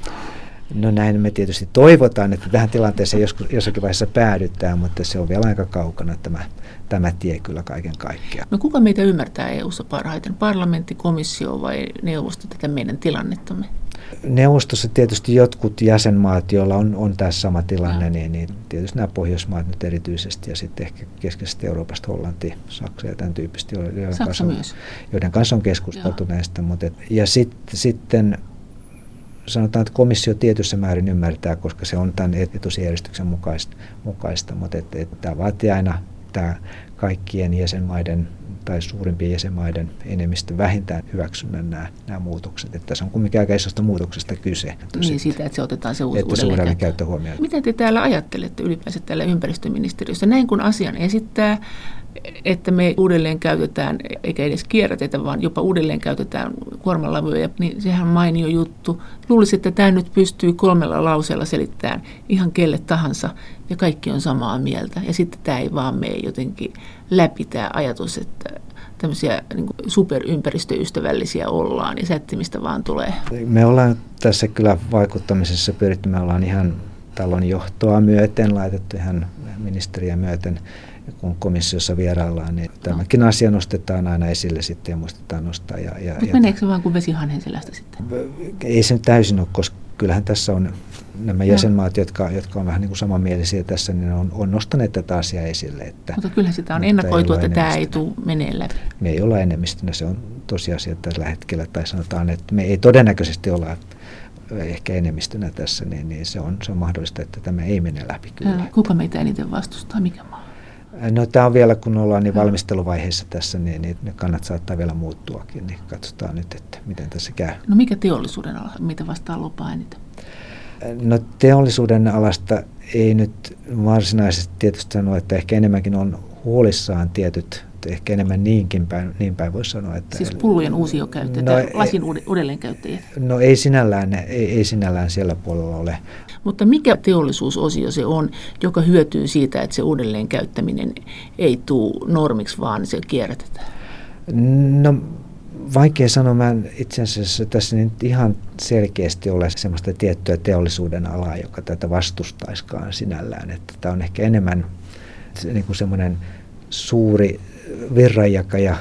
Speaker 2: No näin me tietysti toivotaan, että tähän tilanteeseen joskus, jossakin vaiheessa päädytään, mutta se on vielä aika kaukana tämä, tämä tie kyllä kaiken kaikkiaan.
Speaker 1: No kuka meitä ymmärtää E U:ssa parhaiten? Parlamentti, komissio vai neuvosto tätä meidän tilannettamme?
Speaker 2: Neuvostossa tietysti jotkut jäsenmaat, joilla on, on tässä sama tilanne, niin, niin tietysti nämä Pohjoismaat nyt erityisesti ja sitten ehkä keskeisestä Euroopasta Hollanti, Saksa ja tämän tyyppisesti, joiden, kanssa on, joiden kanssa on keskusteltu Joo. näistä. Mutta et, ja sit, sitten sanotaan, että komissio tietyssä määrin ymmärtää, koska se on tämän etusijärjestyksen mukaista, mukaista mutta et, et, tämä vaatii aina tämä kaikkien jäsenmaiden tai suurimpien jäsenmaiden enemmistö vähintään hyväksynnän nämä, nämä muutokset. Että tässä on kumminkin aika isosta muutoksesta kyse.
Speaker 1: Niin siitä, että se otetaan se
Speaker 2: uudelleen käyttö huomioon.
Speaker 1: Mitä te täällä ajattelette ylipäänsä täällä ympäristöministeriössä? Näin kun asian esittää, että me uudelleen käytetään, eikä edes kierrätetä, vaan jopa uudelleen käytetään kuormalavoja, niin sehän on mainio juttu. Luulisin, että tämä nyt pystyy kolmella lauseella selittämään ihan kelle tahansa, ja kaikki on samaa mieltä. Ja sitten tämä ei vaan mene jotenkin läpi tämä ajatus, että tämmöisiä niin kuin superympäristöystävällisiä ollaan, ja sättimistä vaan tulee.
Speaker 2: Me ollaan tässä kyllä vaikuttamisessa pyritty, me ollaan ihan talon johtoa myöten, laitettu ihan ministeriä myöten kun komissiossa vieraillaan, niin tämäkin no. asia nostetaan aina esille sitten ja muistetaan nostaa. Ja, ja,
Speaker 1: Mutta meneekö se vaan kuin vesi hanhen selästä sitten?
Speaker 2: Ei se nyt täysin ole, koska kyllähän tässä on nämä jäsenmaat, jotka, jotka on vähän niin kuin samanmielisiä tässä, niin on, on nostaneet tätä asiaa esille. Että,
Speaker 1: mutta kyllähän sitä on ennakoitu, että tämä ei tule menee läpi.
Speaker 2: Me ei olla enemmistönä, se on tosiasia tällä hetkellä, tai sanotaan, että me ei todennäköisesti olla ehkä enemmistönä tässä, niin, niin se, on, se on mahdollista, että tämä ei mene läpi kyllä.
Speaker 1: Kuka meitä eniten vastustaa, mikä maa?
Speaker 2: No tämä on vielä, kun ollaan niin valmisteluvaiheessa tässä, niin, niin ne kannat saattaa vielä muuttuakin, niin katsotaan nyt, että miten tässä käy.
Speaker 1: No mikä teollisuuden ala, mitä vastaan lupaa eniten?
Speaker 2: No teollisuuden alasta ei nyt varsinaisesti tietysti sanoa, että ehkä enemmänkin on huolissaan tietyt, ehkä enemmän niinkin päin, niin päin voisi sanoa. Että
Speaker 1: siis pullojen uusiokäyttäjät no, ja lasin uudelleenkäyttäjät?
Speaker 2: No ei sinällään, ei, ei sinällään siellä puolella ole.
Speaker 1: Mutta mikä teollisuusosio se on, joka hyötyy siitä, että se uudelleenkäyttäminen ei tule normiksi, vaan se kierrätetään?
Speaker 2: No vaikea sanoa, mä itse asiassa tässä nyt ihan selkeästi ole sellaista tiettyä teollisuuden alaa, joka tätä vastustaiskaan sinällään. Että tämä on ehkä enemmän niin kuin semmoinen suuri virranjakaja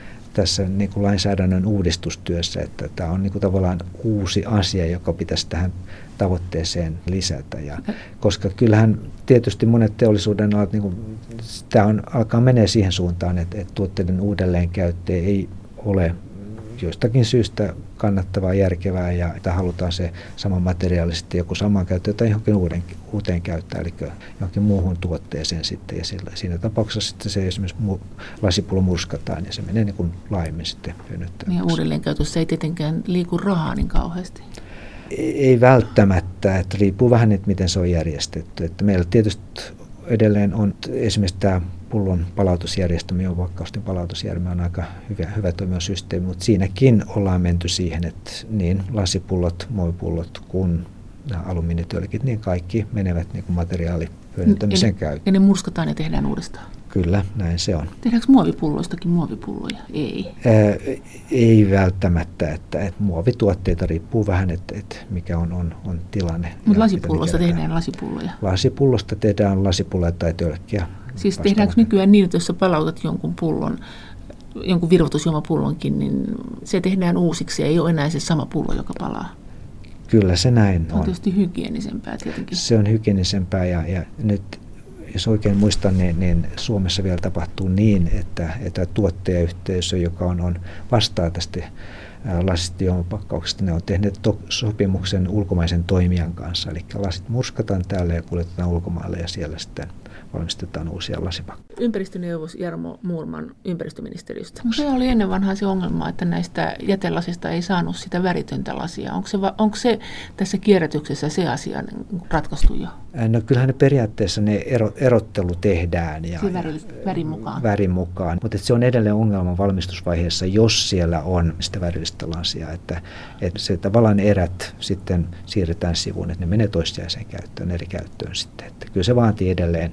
Speaker 2: tässä niin kuin lainsäädännön uudistustyössä, että tämä on niin kuin tavallaan uusi asia, joka pitäisi tähän tavoitteeseen lisätä. Ja, koska kyllähän tietysti monet teollisuuden alat, niin kuin, tämä on, alkaa menee siihen suuntaan, että, että tuotteiden uudelleenkäyttö ei ole jostakin syystä kannattavaa, järkevää ja että halutaan se sama materiaali sitten joku samaan käyttöön tai johonkin uuden, uuteen käyttöön, eli johonkin muuhun tuotteeseen sitten. Ja sillä, siinä tapauksessa sitten se esimerkiksi mu, lasipullo murskataan ja se menee niin kuin laajemmin sitten hyödyttäväksi.
Speaker 1: Ja uudelleenkäytössä ei tietenkään liiku rahaa niin kauheasti.
Speaker 2: Ei, ei välttämättä, että riippuu vähän, että miten se on järjestetty. Että meillä tietysti edelleen on esimerkiksi tämä pullon palautusjärjestelmä, juomapakkausten palautusjärjestelmä on aika hyvä, hyvä toimiva systeemi, mutta siinäkin ollaan menty siihen, että niin lasipullot, muovipullot kuin alumiinitölkit, niin kaikki menevät niin kuin materiaalihyödyntämisen käyttöön.
Speaker 1: Ja ne murskataan ja tehdään uudestaan?
Speaker 2: Kyllä, näin se on.
Speaker 1: Tehdäänkö muovipulloistakin muovipulloja? Ei.
Speaker 2: Ää, ei välttämättä, että, että muovituotteita riippuu vähän, että, että mikä on, on, on tilanne.
Speaker 1: Mutta lasipullosta tehdään lasipulloja?
Speaker 2: Lasipullosta tehdään lasipulloja tai tölkkiä.
Speaker 1: Siis vastaava. Tehdäänkö nykyään niin, että jos sä palautat jonkun pullon, jonkun virvoitusjuomapullonkin, niin se tehdään uusiksi ja ei ole enää se sama pullo, joka palaa?
Speaker 2: Kyllä se näin on.
Speaker 1: Se on tietysti hygienisempää tietenkin.
Speaker 2: Se on hygienisempää ja, ja nyt, jos oikein muistan, niin, niin Suomessa vielä tapahtuu niin, että, että tuottajayhteisö, joka on, on vastaa tästä lasista juomapakkauksesta, ne on tehneet to- sopimuksen ulkomaisen toimijan kanssa. Eli lasit murskataan täällä ja kuljetetaan ulkomaille ja siellä sitten valmistetaan uusia lasipakkoja.
Speaker 1: Ympäristöneuvos Jarmo Muurman ympäristöministeriöstä. Se oli ennen vanhaa se ongelma, että näistä jätelasista ei saanut sitä väritöntä lasia. Onko se, onko se tässä kierrätyksessä se asia ratkaistu jo?
Speaker 2: No kyllähän ne periaatteessa ne ero, erottelu tehdään. Ja,
Speaker 1: se väri, värin mukaan.
Speaker 2: Värin mukaan. Mutta se on edelleen ongelma valmistusvaiheessa, jos siellä on sitä värillistä lasia. Että, että se tavallaan erät sitten siirretään sivuun, että ne menee toissijaiseen käyttöön, eri käyttöön sitten. Että kyllä se vaatii edelleen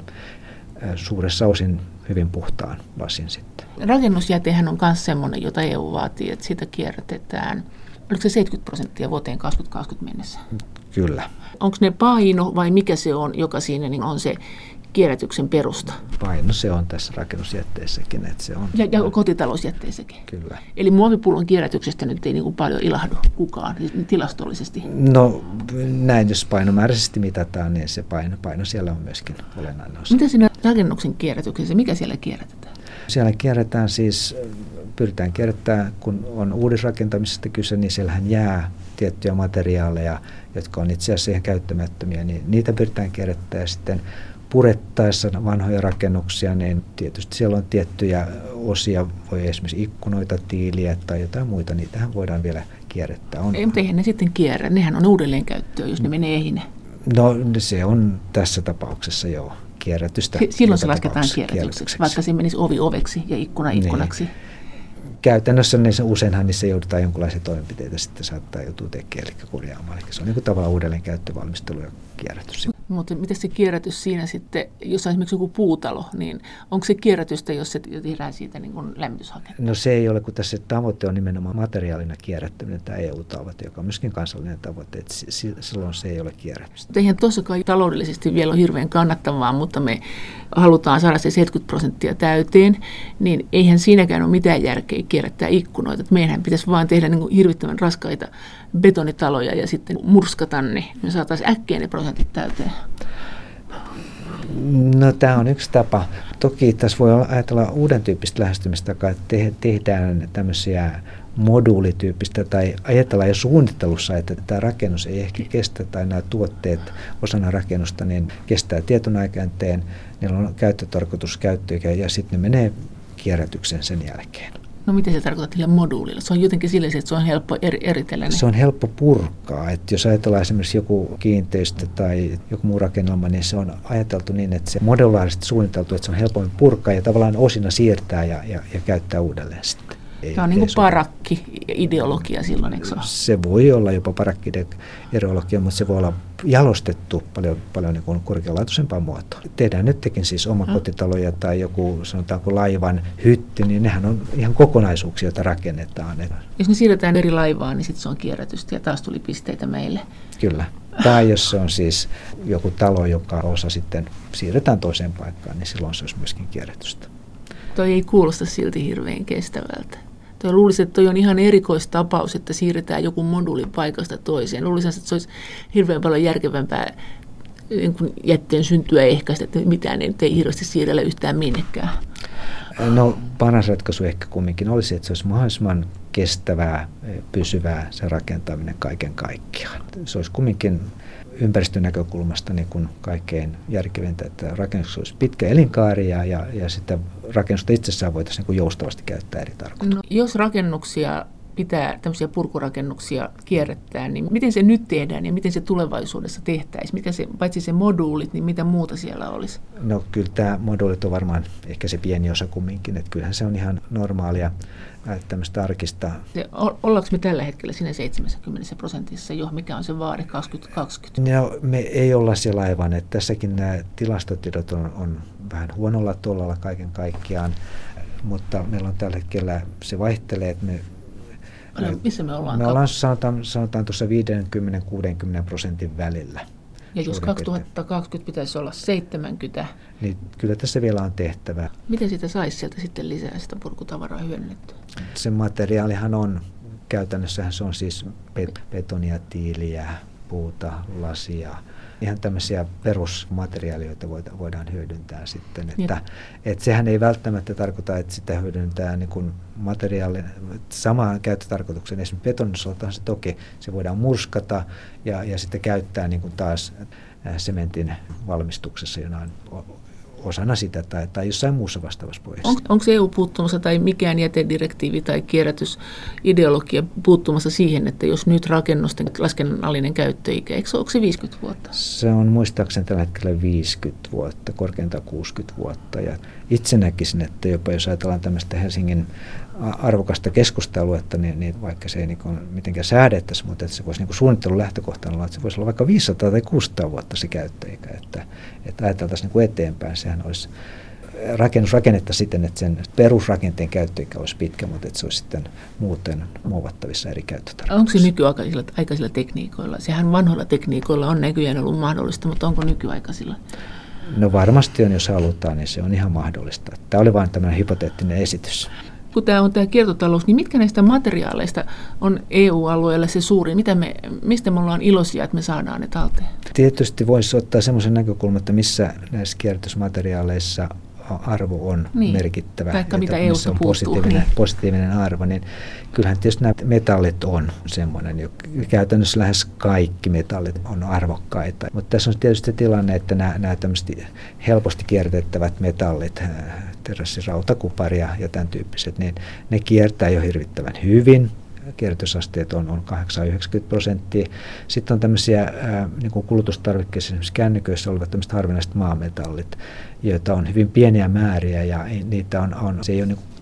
Speaker 2: suuressa osin hyvin puhtaan lasin sitten.
Speaker 1: Rakennusjätehän on myös sellainen, jota E U vaatii, että sitä kierrätetään. Oliko se seitsemänkymmentä prosenttia vuoteen kaksituhattakaksikymmentä mennessä?
Speaker 2: Kyllä.
Speaker 1: Onko ne paino vai mikä se on, joka siinä niin on se kierrätyksen perusta?
Speaker 2: Paino se on tässä rakennusjätteessäkin. Että se on,
Speaker 1: ja, ja kotitalousjätteessäkin?
Speaker 2: Kyllä.
Speaker 1: Eli muovipullon kierrätyksestä nyt ei niin kuin paljon ilahdu kukaan tilastollisesti?
Speaker 2: No näin, jos painomääräisesti mitataan, niin se paino, paino siellä on myöskin olennainen osa.
Speaker 1: Mitä siinä rakennuksen kierrätyksessä, mikä siellä kierrätetään?
Speaker 2: Siellä kierrätään siis, pyritään kierrättämään, kun on uudisrakentamisesta kyse, niin siellähän jää tiettyjä materiaaleja, jotka on itse asiassa ihan käyttämättömiä, niin niitä pyritään kierrättämään ja sitten purettaessa vanhoja rakennuksia, niin tietysti siellä on tiettyjä osia, voi esimerkiksi ikkunoita, tiiliä tai jotain muita, niitähän voidaan vielä kierrättää. On.
Speaker 1: Ei, mutta eihän ne sitten kierrä, nehän on uudelleenkäyttöä, jos ne menee ehine.
Speaker 2: No se on tässä tapauksessa jo kierrätystä.
Speaker 1: Silloin se lasketaan kierrätykseksi, vaikka se menisi ovi oveksi ja ikkuna ikkunaksi.
Speaker 2: Niin. Käytännössä niin useinhan niissä joudutaan jonkinlaisia toimenpiteitä sitten saattaa joutua tekemään, eli korjaamaan. Eli se on niin kuin tavallaan uudelleenkäyttövalmistelu ja kierrätys.
Speaker 1: Mutta miten se kierrätys siinä sitten, jos on esimerkiksi joku puutalo, niin onko se kierrätystä, jos se tehdään siitä niin kuin lämmityshaketta?
Speaker 2: No se ei ole, kun tässä tavoite on nimenomaan materiaalina kierrättäminen, tämä E U-tavoite, joka on myöskin kansallinen tavoite, että silloin se ei ole kierrätystä.
Speaker 1: Eihän tuossakaan taloudellisesti vielä ole hirveän kannattavaa, mutta me halutaan saada se seitsemänkymmentä prosenttia täyteen, niin eihän siinäkään ole mitään järkeä kierrättää ikkunoita. Meidän pitäisi vaan tehdä niin kuin hirvittävän raskaita betonitaloja ja sitten murskata ne. Me saataisiin äkkiä ne prosentit täyteen.
Speaker 2: No tämä on yksi tapa. Toki tässä voi ajatella uuden tyyppistä lähestymistä, että tehdään tämmöisiä moduulityyppistä tai ajatellaan jo suunnittelussa, että tämä rakennus ei ehkä kestä tai nämä tuotteet osana rakennusta niin kestää tietyn aikanteen, niillä on käyttötarkoitus, käyttöikä ja sitten ne menee kierrätykseen sen jälkeen.
Speaker 1: No miten se tarkoittaa niillä moduulilla? Se on jotenkin sillä, että se on helppo eri, eritellä.
Speaker 2: Se on helppo purkaa. Että jos ajatellaan esimerkiksi joku kiinteistö tai joku muu rakennelma, niin se on ajateltu niin, että se modulaarisesti suunniteltu, että se on helpommin purkaa ja tavallaan osina siirtää ja, ja, ja käyttää uudelleen sitten.
Speaker 1: Tämä on niin kuin parakki-ideologia silloin, eikö se ole?
Speaker 2: Se voi olla jopa parakki-ideologia, mutta se voi olla jalostettu paljon, paljon niin kuin korkealaatuisempaa muotoa. Tehdään nytkin siis omakotitaloja tai joku sanotaanko laivan hytti, niin nehän on ihan kokonaisuuksia, joita rakennetaan.
Speaker 1: Jos ne siirretään eri laivaan, niin sitten se on kierrätystä ja taas tuli pisteitä meille.
Speaker 2: Kyllä. Tai jos se on siis joku talo, joka osa sitten siirretään toiseen paikkaan, niin silloin se olisi myöskin kierrätystä.
Speaker 1: Toi ei kuulosta silti hirveän kestävältä. Toi luulisin, että toi on ihan erikoistapaus, että siirretään joku moduuli paikasta toiseen. Luulisin, että se olisi hirveän paljon järkevämpää niin jätteen syntyä ehkäistä, että mitään ei, ei hirveästi siirrellä yhtään minnekään.
Speaker 2: No paras ratkaisu ehkä kumminkin olisi, että se olisi mahdollisimman kestävää, pysyvää se rakentaminen kaiken kaikkiaan. Se olisi kumminkin ympäristön näkökulmasta niin kuin kaikkein järkevintä, että rakennus olisi pitkä elinkaari ja, ja, ja sitä rakennusta itsessään voitaisiin niin kuin joustavasti käyttää eri tarkoituksiin.
Speaker 1: No, jos rakennuksia pitää, tämmöisiä purkurakennuksia kierrättää, niin miten se nyt tehdään ja miten se tulevaisuudessa tehtäisiin? Mitä se, paitsi se moduulit, niin mitä muuta siellä olisi?
Speaker 2: No kyllä tämä moduulit on varmaan ehkä se pieni osa kumminkin, että kyllähän se on ihan normaalia tämmöistä arkista.
Speaker 1: Ollaanko me tällä hetkellä siinä seitsemänkymmentä prosentissa jo, mikä on se vaade kaksikymmentä kaksikymmentä?
Speaker 2: No, me ei olla siellä aivan, että tässäkin nämä tilastotiedot on, on vähän huonolla tuolla kaiken kaikkiaan, mutta meillä on tällä hetkellä, se vaihtelee, että me
Speaker 1: No, missä me ollaan?
Speaker 2: Me ollaan sanotaan, sanotaan tuossa viisikymmentä kuusikymmentä prosentin välillä.
Speaker 1: Ja jos kaksituhattakaksikymmentä pitäisi olla seitsemänkymmentä.
Speaker 2: Niin kyllä tässä vielä on tehtävää.
Speaker 1: Miten sitä saisi sieltä sitten lisää sitä purkutavaraa hyödynnettyä?
Speaker 2: Se materiaalihan on, käytännössähän se on siis betonia, tiiliä, puuta, lasia. Ihan tämmöisiä perusmateriaaleja, joita voidaan hyödyntää sitten. Että, että sehän ei välttämättä tarkoita, että sitä hyödyntää niin kuin materiaalin samaan käyttötarkoitukseen. Esimerkiksi betonin se toki se voidaan murskata ja, ja sitten käyttää niin kuin taas sementin valmistuksessa jonain osana sitä tai, tai jossain muussa vastaavassa pohjassa.
Speaker 1: On, onko E U puuttumassa tai mikään jätedirektiivi tai kierrätysideologia puuttumassa siihen, että jos nyt rakennusten laskennallinen käyttöikä, eikö se, onko se viisikymmentä vuotta?
Speaker 2: Se on muistaakseni tällä hetkellä viisikymmentä vuotta, korkeintaan kuusikymmentä vuotta. Ja itse näkisin, että jopa jos ajatellaan tämmöistä Helsingin arvokasta keskusteluetta, niin, niin vaikka se ei niin kuin mitenkään säädettäisi, mutta että se voisi niin kuin suunnittelun lähtökohtana olla, että se voisi olla vaikka viisisataa tai kuusisataa vuotta se käyttöikä, että, että ajateltaisiin niin kuin eteenpäin. Sehän olisi rakennus rakennetta siten, että sen perusrakenteen käyttöikä olisi pitkä, mutta että se olisi sitten muuten muovattavissa eri käyttötarkoituksissa.
Speaker 1: Onko se nykyaikaisilla aikaisilla tekniikoilla? Sehän vanhoilla tekniikoilla on näköjään ollut mahdollista, mutta onko nykyaikaisilla?
Speaker 2: No varmasti on, jos halutaan, niin se on ihan mahdollista. Tämä oli vain tämmöinen hypoteettinen esitys.
Speaker 1: Kun tämä on tämä kiertotalous, niin mitkä näistä materiaaleista on E U-alueella se suuri? Mitä me, mistä me ollaan iloisia, että me saadaan ne talteen?
Speaker 2: Tietysti voisi ottaa semmoisen näkökulman, että missä näissä kierrätysmateriaaleissa arvo on niin merkittävä.
Speaker 1: Taikka mitä E U:sta
Speaker 2: on
Speaker 1: puuttuu.
Speaker 2: positiivinen, niin. positiivinen arvo, niin kyllähän tietysti nämä metallit on semmoinen, jo käytännössä lähes kaikki metallit on arvokkaita. Mutta tässä on tietysti tilanne, että nämä, nämä tämmöiset helposti kierrätettävät metallit, terassi, rauta, kupari ja, ja tämän tyyppiset, niin ne kiertää jo hirvittävän hyvin. Kierrätysasteet on, on kahdeksankymmentä yhdeksänkymmentä prosenttia. Sitten on tämmöisiä ää, niin kuin kulutustarvikkeissa, esimerkiksi kännyköissä olevat tämmöiset harvinaiset maametallit, joita on hyvin pieniä määriä ja niitä on, on, se ei ole niin kuin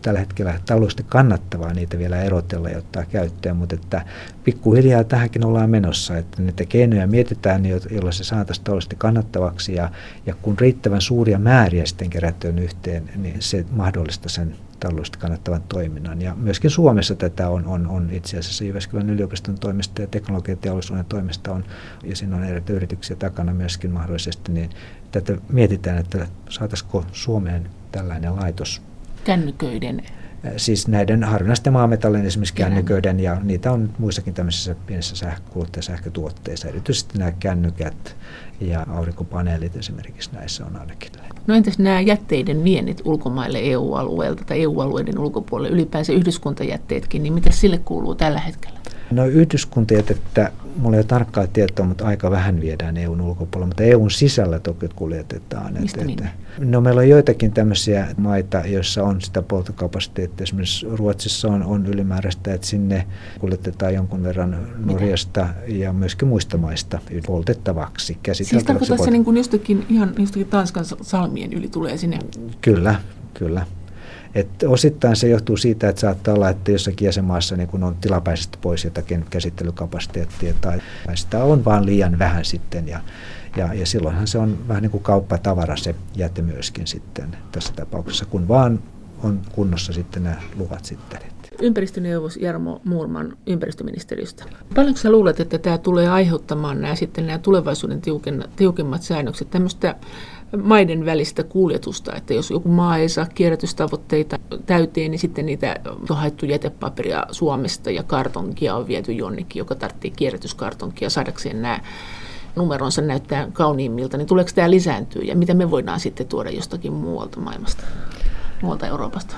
Speaker 2: tällä hetkellä taloudellisesti kannattavaa niitä vielä erotella ja ottaa käyttöön, mutta että pikkuhiljaa tähänkin ollaan menossa, että niitä keinoja mietitään, joilla se saataisiin taloudellisesti kannattavaksi ja, ja kun riittävän suuria määriä sitten kerättyön yhteen, niin se mahdollistaa sen taloudellisesti kannattavan toiminnan. Ja myöskin Suomessa tätä on, on, on itse asiassa Jyväskylän yliopiston toimesta ja teknologiateollisuuden toimesta on, ja siinä on eri yrityksiä takana myöskin mahdollisesti, niin tätä mietitään, että saataisiko Suomeen tällainen laitos.
Speaker 1: Kännyköiden.
Speaker 2: Siis näiden harvinaisten maametallien esimerkiksi kännyköiden, ja niitä on muissakin tämmöisissä pienissä sähkökuluttajasähkötuotteissa, erityisesti nämä kännykät ja aurinkopaneelit esimerkiksi näissä on ainakin.
Speaker 1: No entäs nämä jätteiden viennit ulkomaille E U-alueelta tai E U-alueiden ulkopuolelle, ylipäänsä yhdyskuntajätteetkin, niin mitä sille kuuluu tällä hetkellä?
Speaker 2: No yhdyskuntajätettä, mulla ei ole tarkkaa tietoa, mutta aika vähän viedään E U:n ulkopuolella, mutta E U:n sisällä toki kuljetetaan.
Speaker 1: Mistä et, niin?
Speaker 2: No meillä on joitakin tämmöisiä maita, joissa on sitä polttokapasiteettia. Esimerkiksi Ruotsissa on, on ylimääräistä, että sinne kuljetetaan jonkun verran Norjasta ja myöskin muista maista poltettavaksi, käsiteltäväksi.
Speaker 1: Siis tarkoittaa se niin kuin jostakin, ihan jostakin Tanskan salmien yli tulee sinne?
Speaker 2: Kyllä, kyllä. Että osittain se johtuu siitä, että saattaa olla, että jossakin jäsenmaassa niin kun on tilapäisesti pois jotakin käsittelykapasiteettia tai sitä on vaan liian vähän sitten ja, ja, ja silloinhan se on vähän niin kuin kauppatavara se jäte myöskin sitten tässä tapauksessa, kun vaan on kunnossa sitten nämä luvat sitten.
Speaker 1: Ympäristöneuvos Jarmo Muurman ympäristöministeriöstä. Paljonko sä luulet, että tämä tulee aiheuttamaan nämä, sitten nämä tulevaisuuden tiuken, tiukemmat säännökset, tämmöistä maiden välistä kuljetusta, että jos joku maa ei saa kierrätystavoitteita täyteen, niin sitten niitä on haettu jätepaperia Suomesta ja kartonkia on viety jonnekin, joka tarvitsee kierrätyskartonkia saadakseen nämä numeronsa näyttää kauniimmilta, niin tuleeko tämä lisääntyä ja mitä me voidaan sitten tuoda jostakin muualta maailmasta, muualta Euroopasta?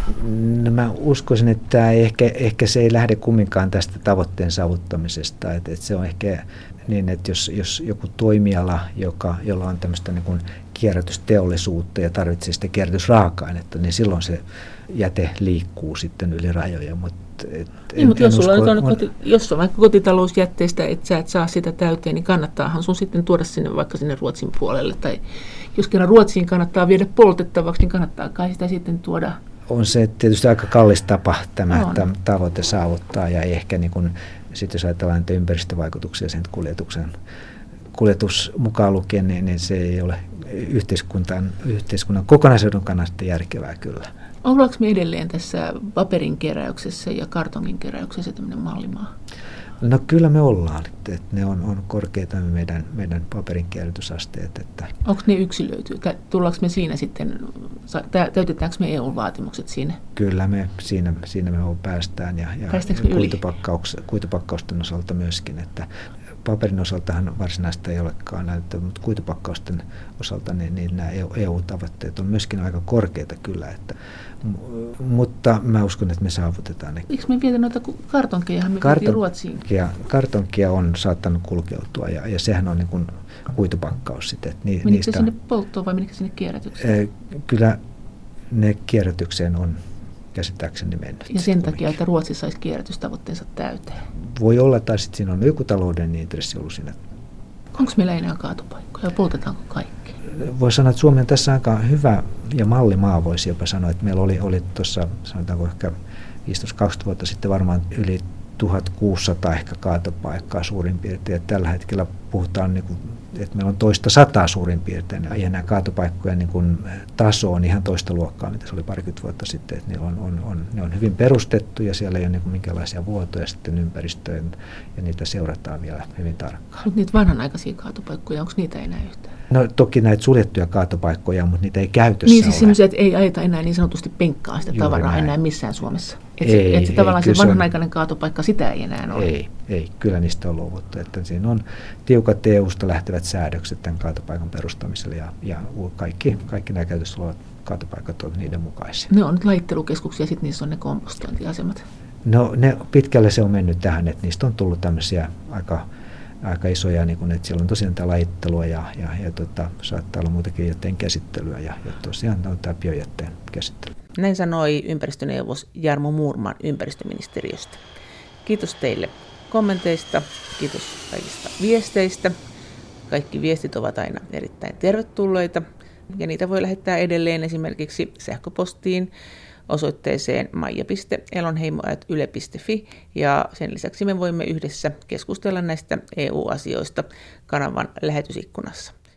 Speaker 2: No mä uskoisin, että tämä ehkä, ehkä se ei lähde kumminkaan tästä tavoitteen saavuttamisesta, että, että se on ehkä niin, että jos, jos joku toimiala, joka, jolla on tämmöistä niin kuin kierrätysteollisuutta ja tarvitsee sitä kierrätysraaka-ainetta, niin silloin se jäte liikkuu sitten yli rajoja. Mutta et,
Speaker 1: niin, mutta jos, sulla
Speaker 2: usko,
Speaker 1: on, koti, jos on vaikka kotitalousjätteistä, että sä et saa sitä täyteen, niin kannattaahan sun sitten tuoda sinne vaikka sinne Ruotsin puolelle. Tai jos kerran Ruotsiin kannattaa viedä poltettavaksi, niin kannattaa kai sitä sitten tuoda. On
Speaker 2: se tietysti aika kallis tapa tämä, tämä tavoite saavuttaa ja ehkä niin kuin, sitten jos ajatellaan niitä ympäristövaikutuksia sen kuljetuksen kuljetus mukaan lukien, niin, niin se ei ole yhteiskunnan, yhteiskunnan kokonaisedun kannalta järkevää kyllä.
Speaker 1: Ollaanko me edelleen tässä paperin keräyksessä ja kartongin keräyksessä tämmöinen mallimaa?
Speaker 2: No kyllä me ollaan. Että ne on, on korkeita meidän, meidän paperin kierrätysasteet. Että
Speaker 1: onko ne yksilöity? Tullaanko me siinä sitten, täytetäänkö me E U-vaatimukset siinä?
Speaker 2: Kyllä me siinä, siinä me päästään ja, ja kuitupakkausten osalta myöskin. Että paperin osaltahan varsinaista ei olekaan näyttöä, mutta kuitupakkausten osalta niin, niin nämä E U-tavoitteet on myöskin aika korkeita kyllä. Että, mutta mä uskon, että me saavutetaan ne.
Speaker 1: Eikö me viety noita kartonkejahan me Karton, Ruotsiin?
Speaker 2: Kartonkia on saattanut kulkeutua ja, ja sehän on niin kuin kuitupakkaus sitten. Ni,
Speaker 1: menikö niistä, sinne polttoon vai menikö sinne kierrätykseen?
Speaker 2: Kyllä ne kierrätykseen on käsittääkseni mennyt.
Speaker 1: Ja sen takia, että Ruotsi saisi kierrätystavoitteensa täyteen?
Speaker 2: Voi olla, tai sitten siinä on joku talouden intressi ollut siinä.
Speaker 1: Onko meillä enää kaatopaikkoja? Poltetaanko kaikki?
Speaker 2: Voi sanoa, että Suomi on tässä aika hyvä ja mallimaa, voisi jopa sanoa, että meillä oli, oli tuossa, sanotaanko ehkä viisitoista kaksikymmentä vuotta sitten varmaan yli tuhatkuusisataa ehkä kaatopaikkaa suurin piirtein. Ja tällä hetkellä puhutaan, niin kuin, että meillä on toista sataa suurin piirtein. Ja nämä kaatopaikkojen niin kuin, taso on ihan toista luokkaa, mitä se oli parikymmentä vuotta sitten. Että ne, on, on, on, ne on hyvin perustettu ja siellä ei ole niin kuin, minkälaisia vuotoja sitten ympäristöön ja niitä seurataan vielä hyvin tarkkaan.
Speaker 1: Mutta niitä vanhanaikaisia kaatopaikkoja, onko niitä enää yhtään?
Speaker 2: No toki näitä suljettuja kaatopaikkoja, mutta niitä ei käytössä
Speaker 1: niin, siis
Speaker 2: ole.
Speaker 1: Sellaisia, että ei ajeta enää niin sanotusti penkkaa sitä tavaraa enää missään Suomessa. Että se, et se tavallaan se vanhanaikainen kaatopaikka, sitä ei enää ole.
Speaker 2: Ei, ei, kyllä niistä on luovuttu. Että siinä on tiukat E U:sta lähtevät säädökset tämän kaatopaikan perustamiselle ja, ja kaikki, kaikki nämä käytössä olevat kaatopaikat ovat niiden mukaisia.
Speaker 1: Ne on nyt laittelukeskuksia ja sitten niissä on ne kompostointiasemat.
Speaker 2: No ne, pitkälle se on mennyt tähän, että niistä on tullut tämmöisiä aika aika isoja, niin kun, että siellä on tosiaan tämä lajittelua ja, ja, ja tota, saattaa olla muutakin jätteen käsittelyä ja, ja tosiaan on tämä biojätteen käsittely.
Speaker 1: Näin sanoi ympäristöneuvos Jarmo Muurman ympäristöministeriöstä. Kiitos teille kommenteista, kiitos kaikista viesteistä. Kaikki viestit ovat aina erittäin tervetulleita ja niitä voi lähettää edelleen esimerkiksi sähköpostiin osoitteeseen maija piste elonheimo ät yle piste fi ja sen lisäksi me voimme yhdessä keskustella näistä E U-asioista kanavan lähetysikkunassa.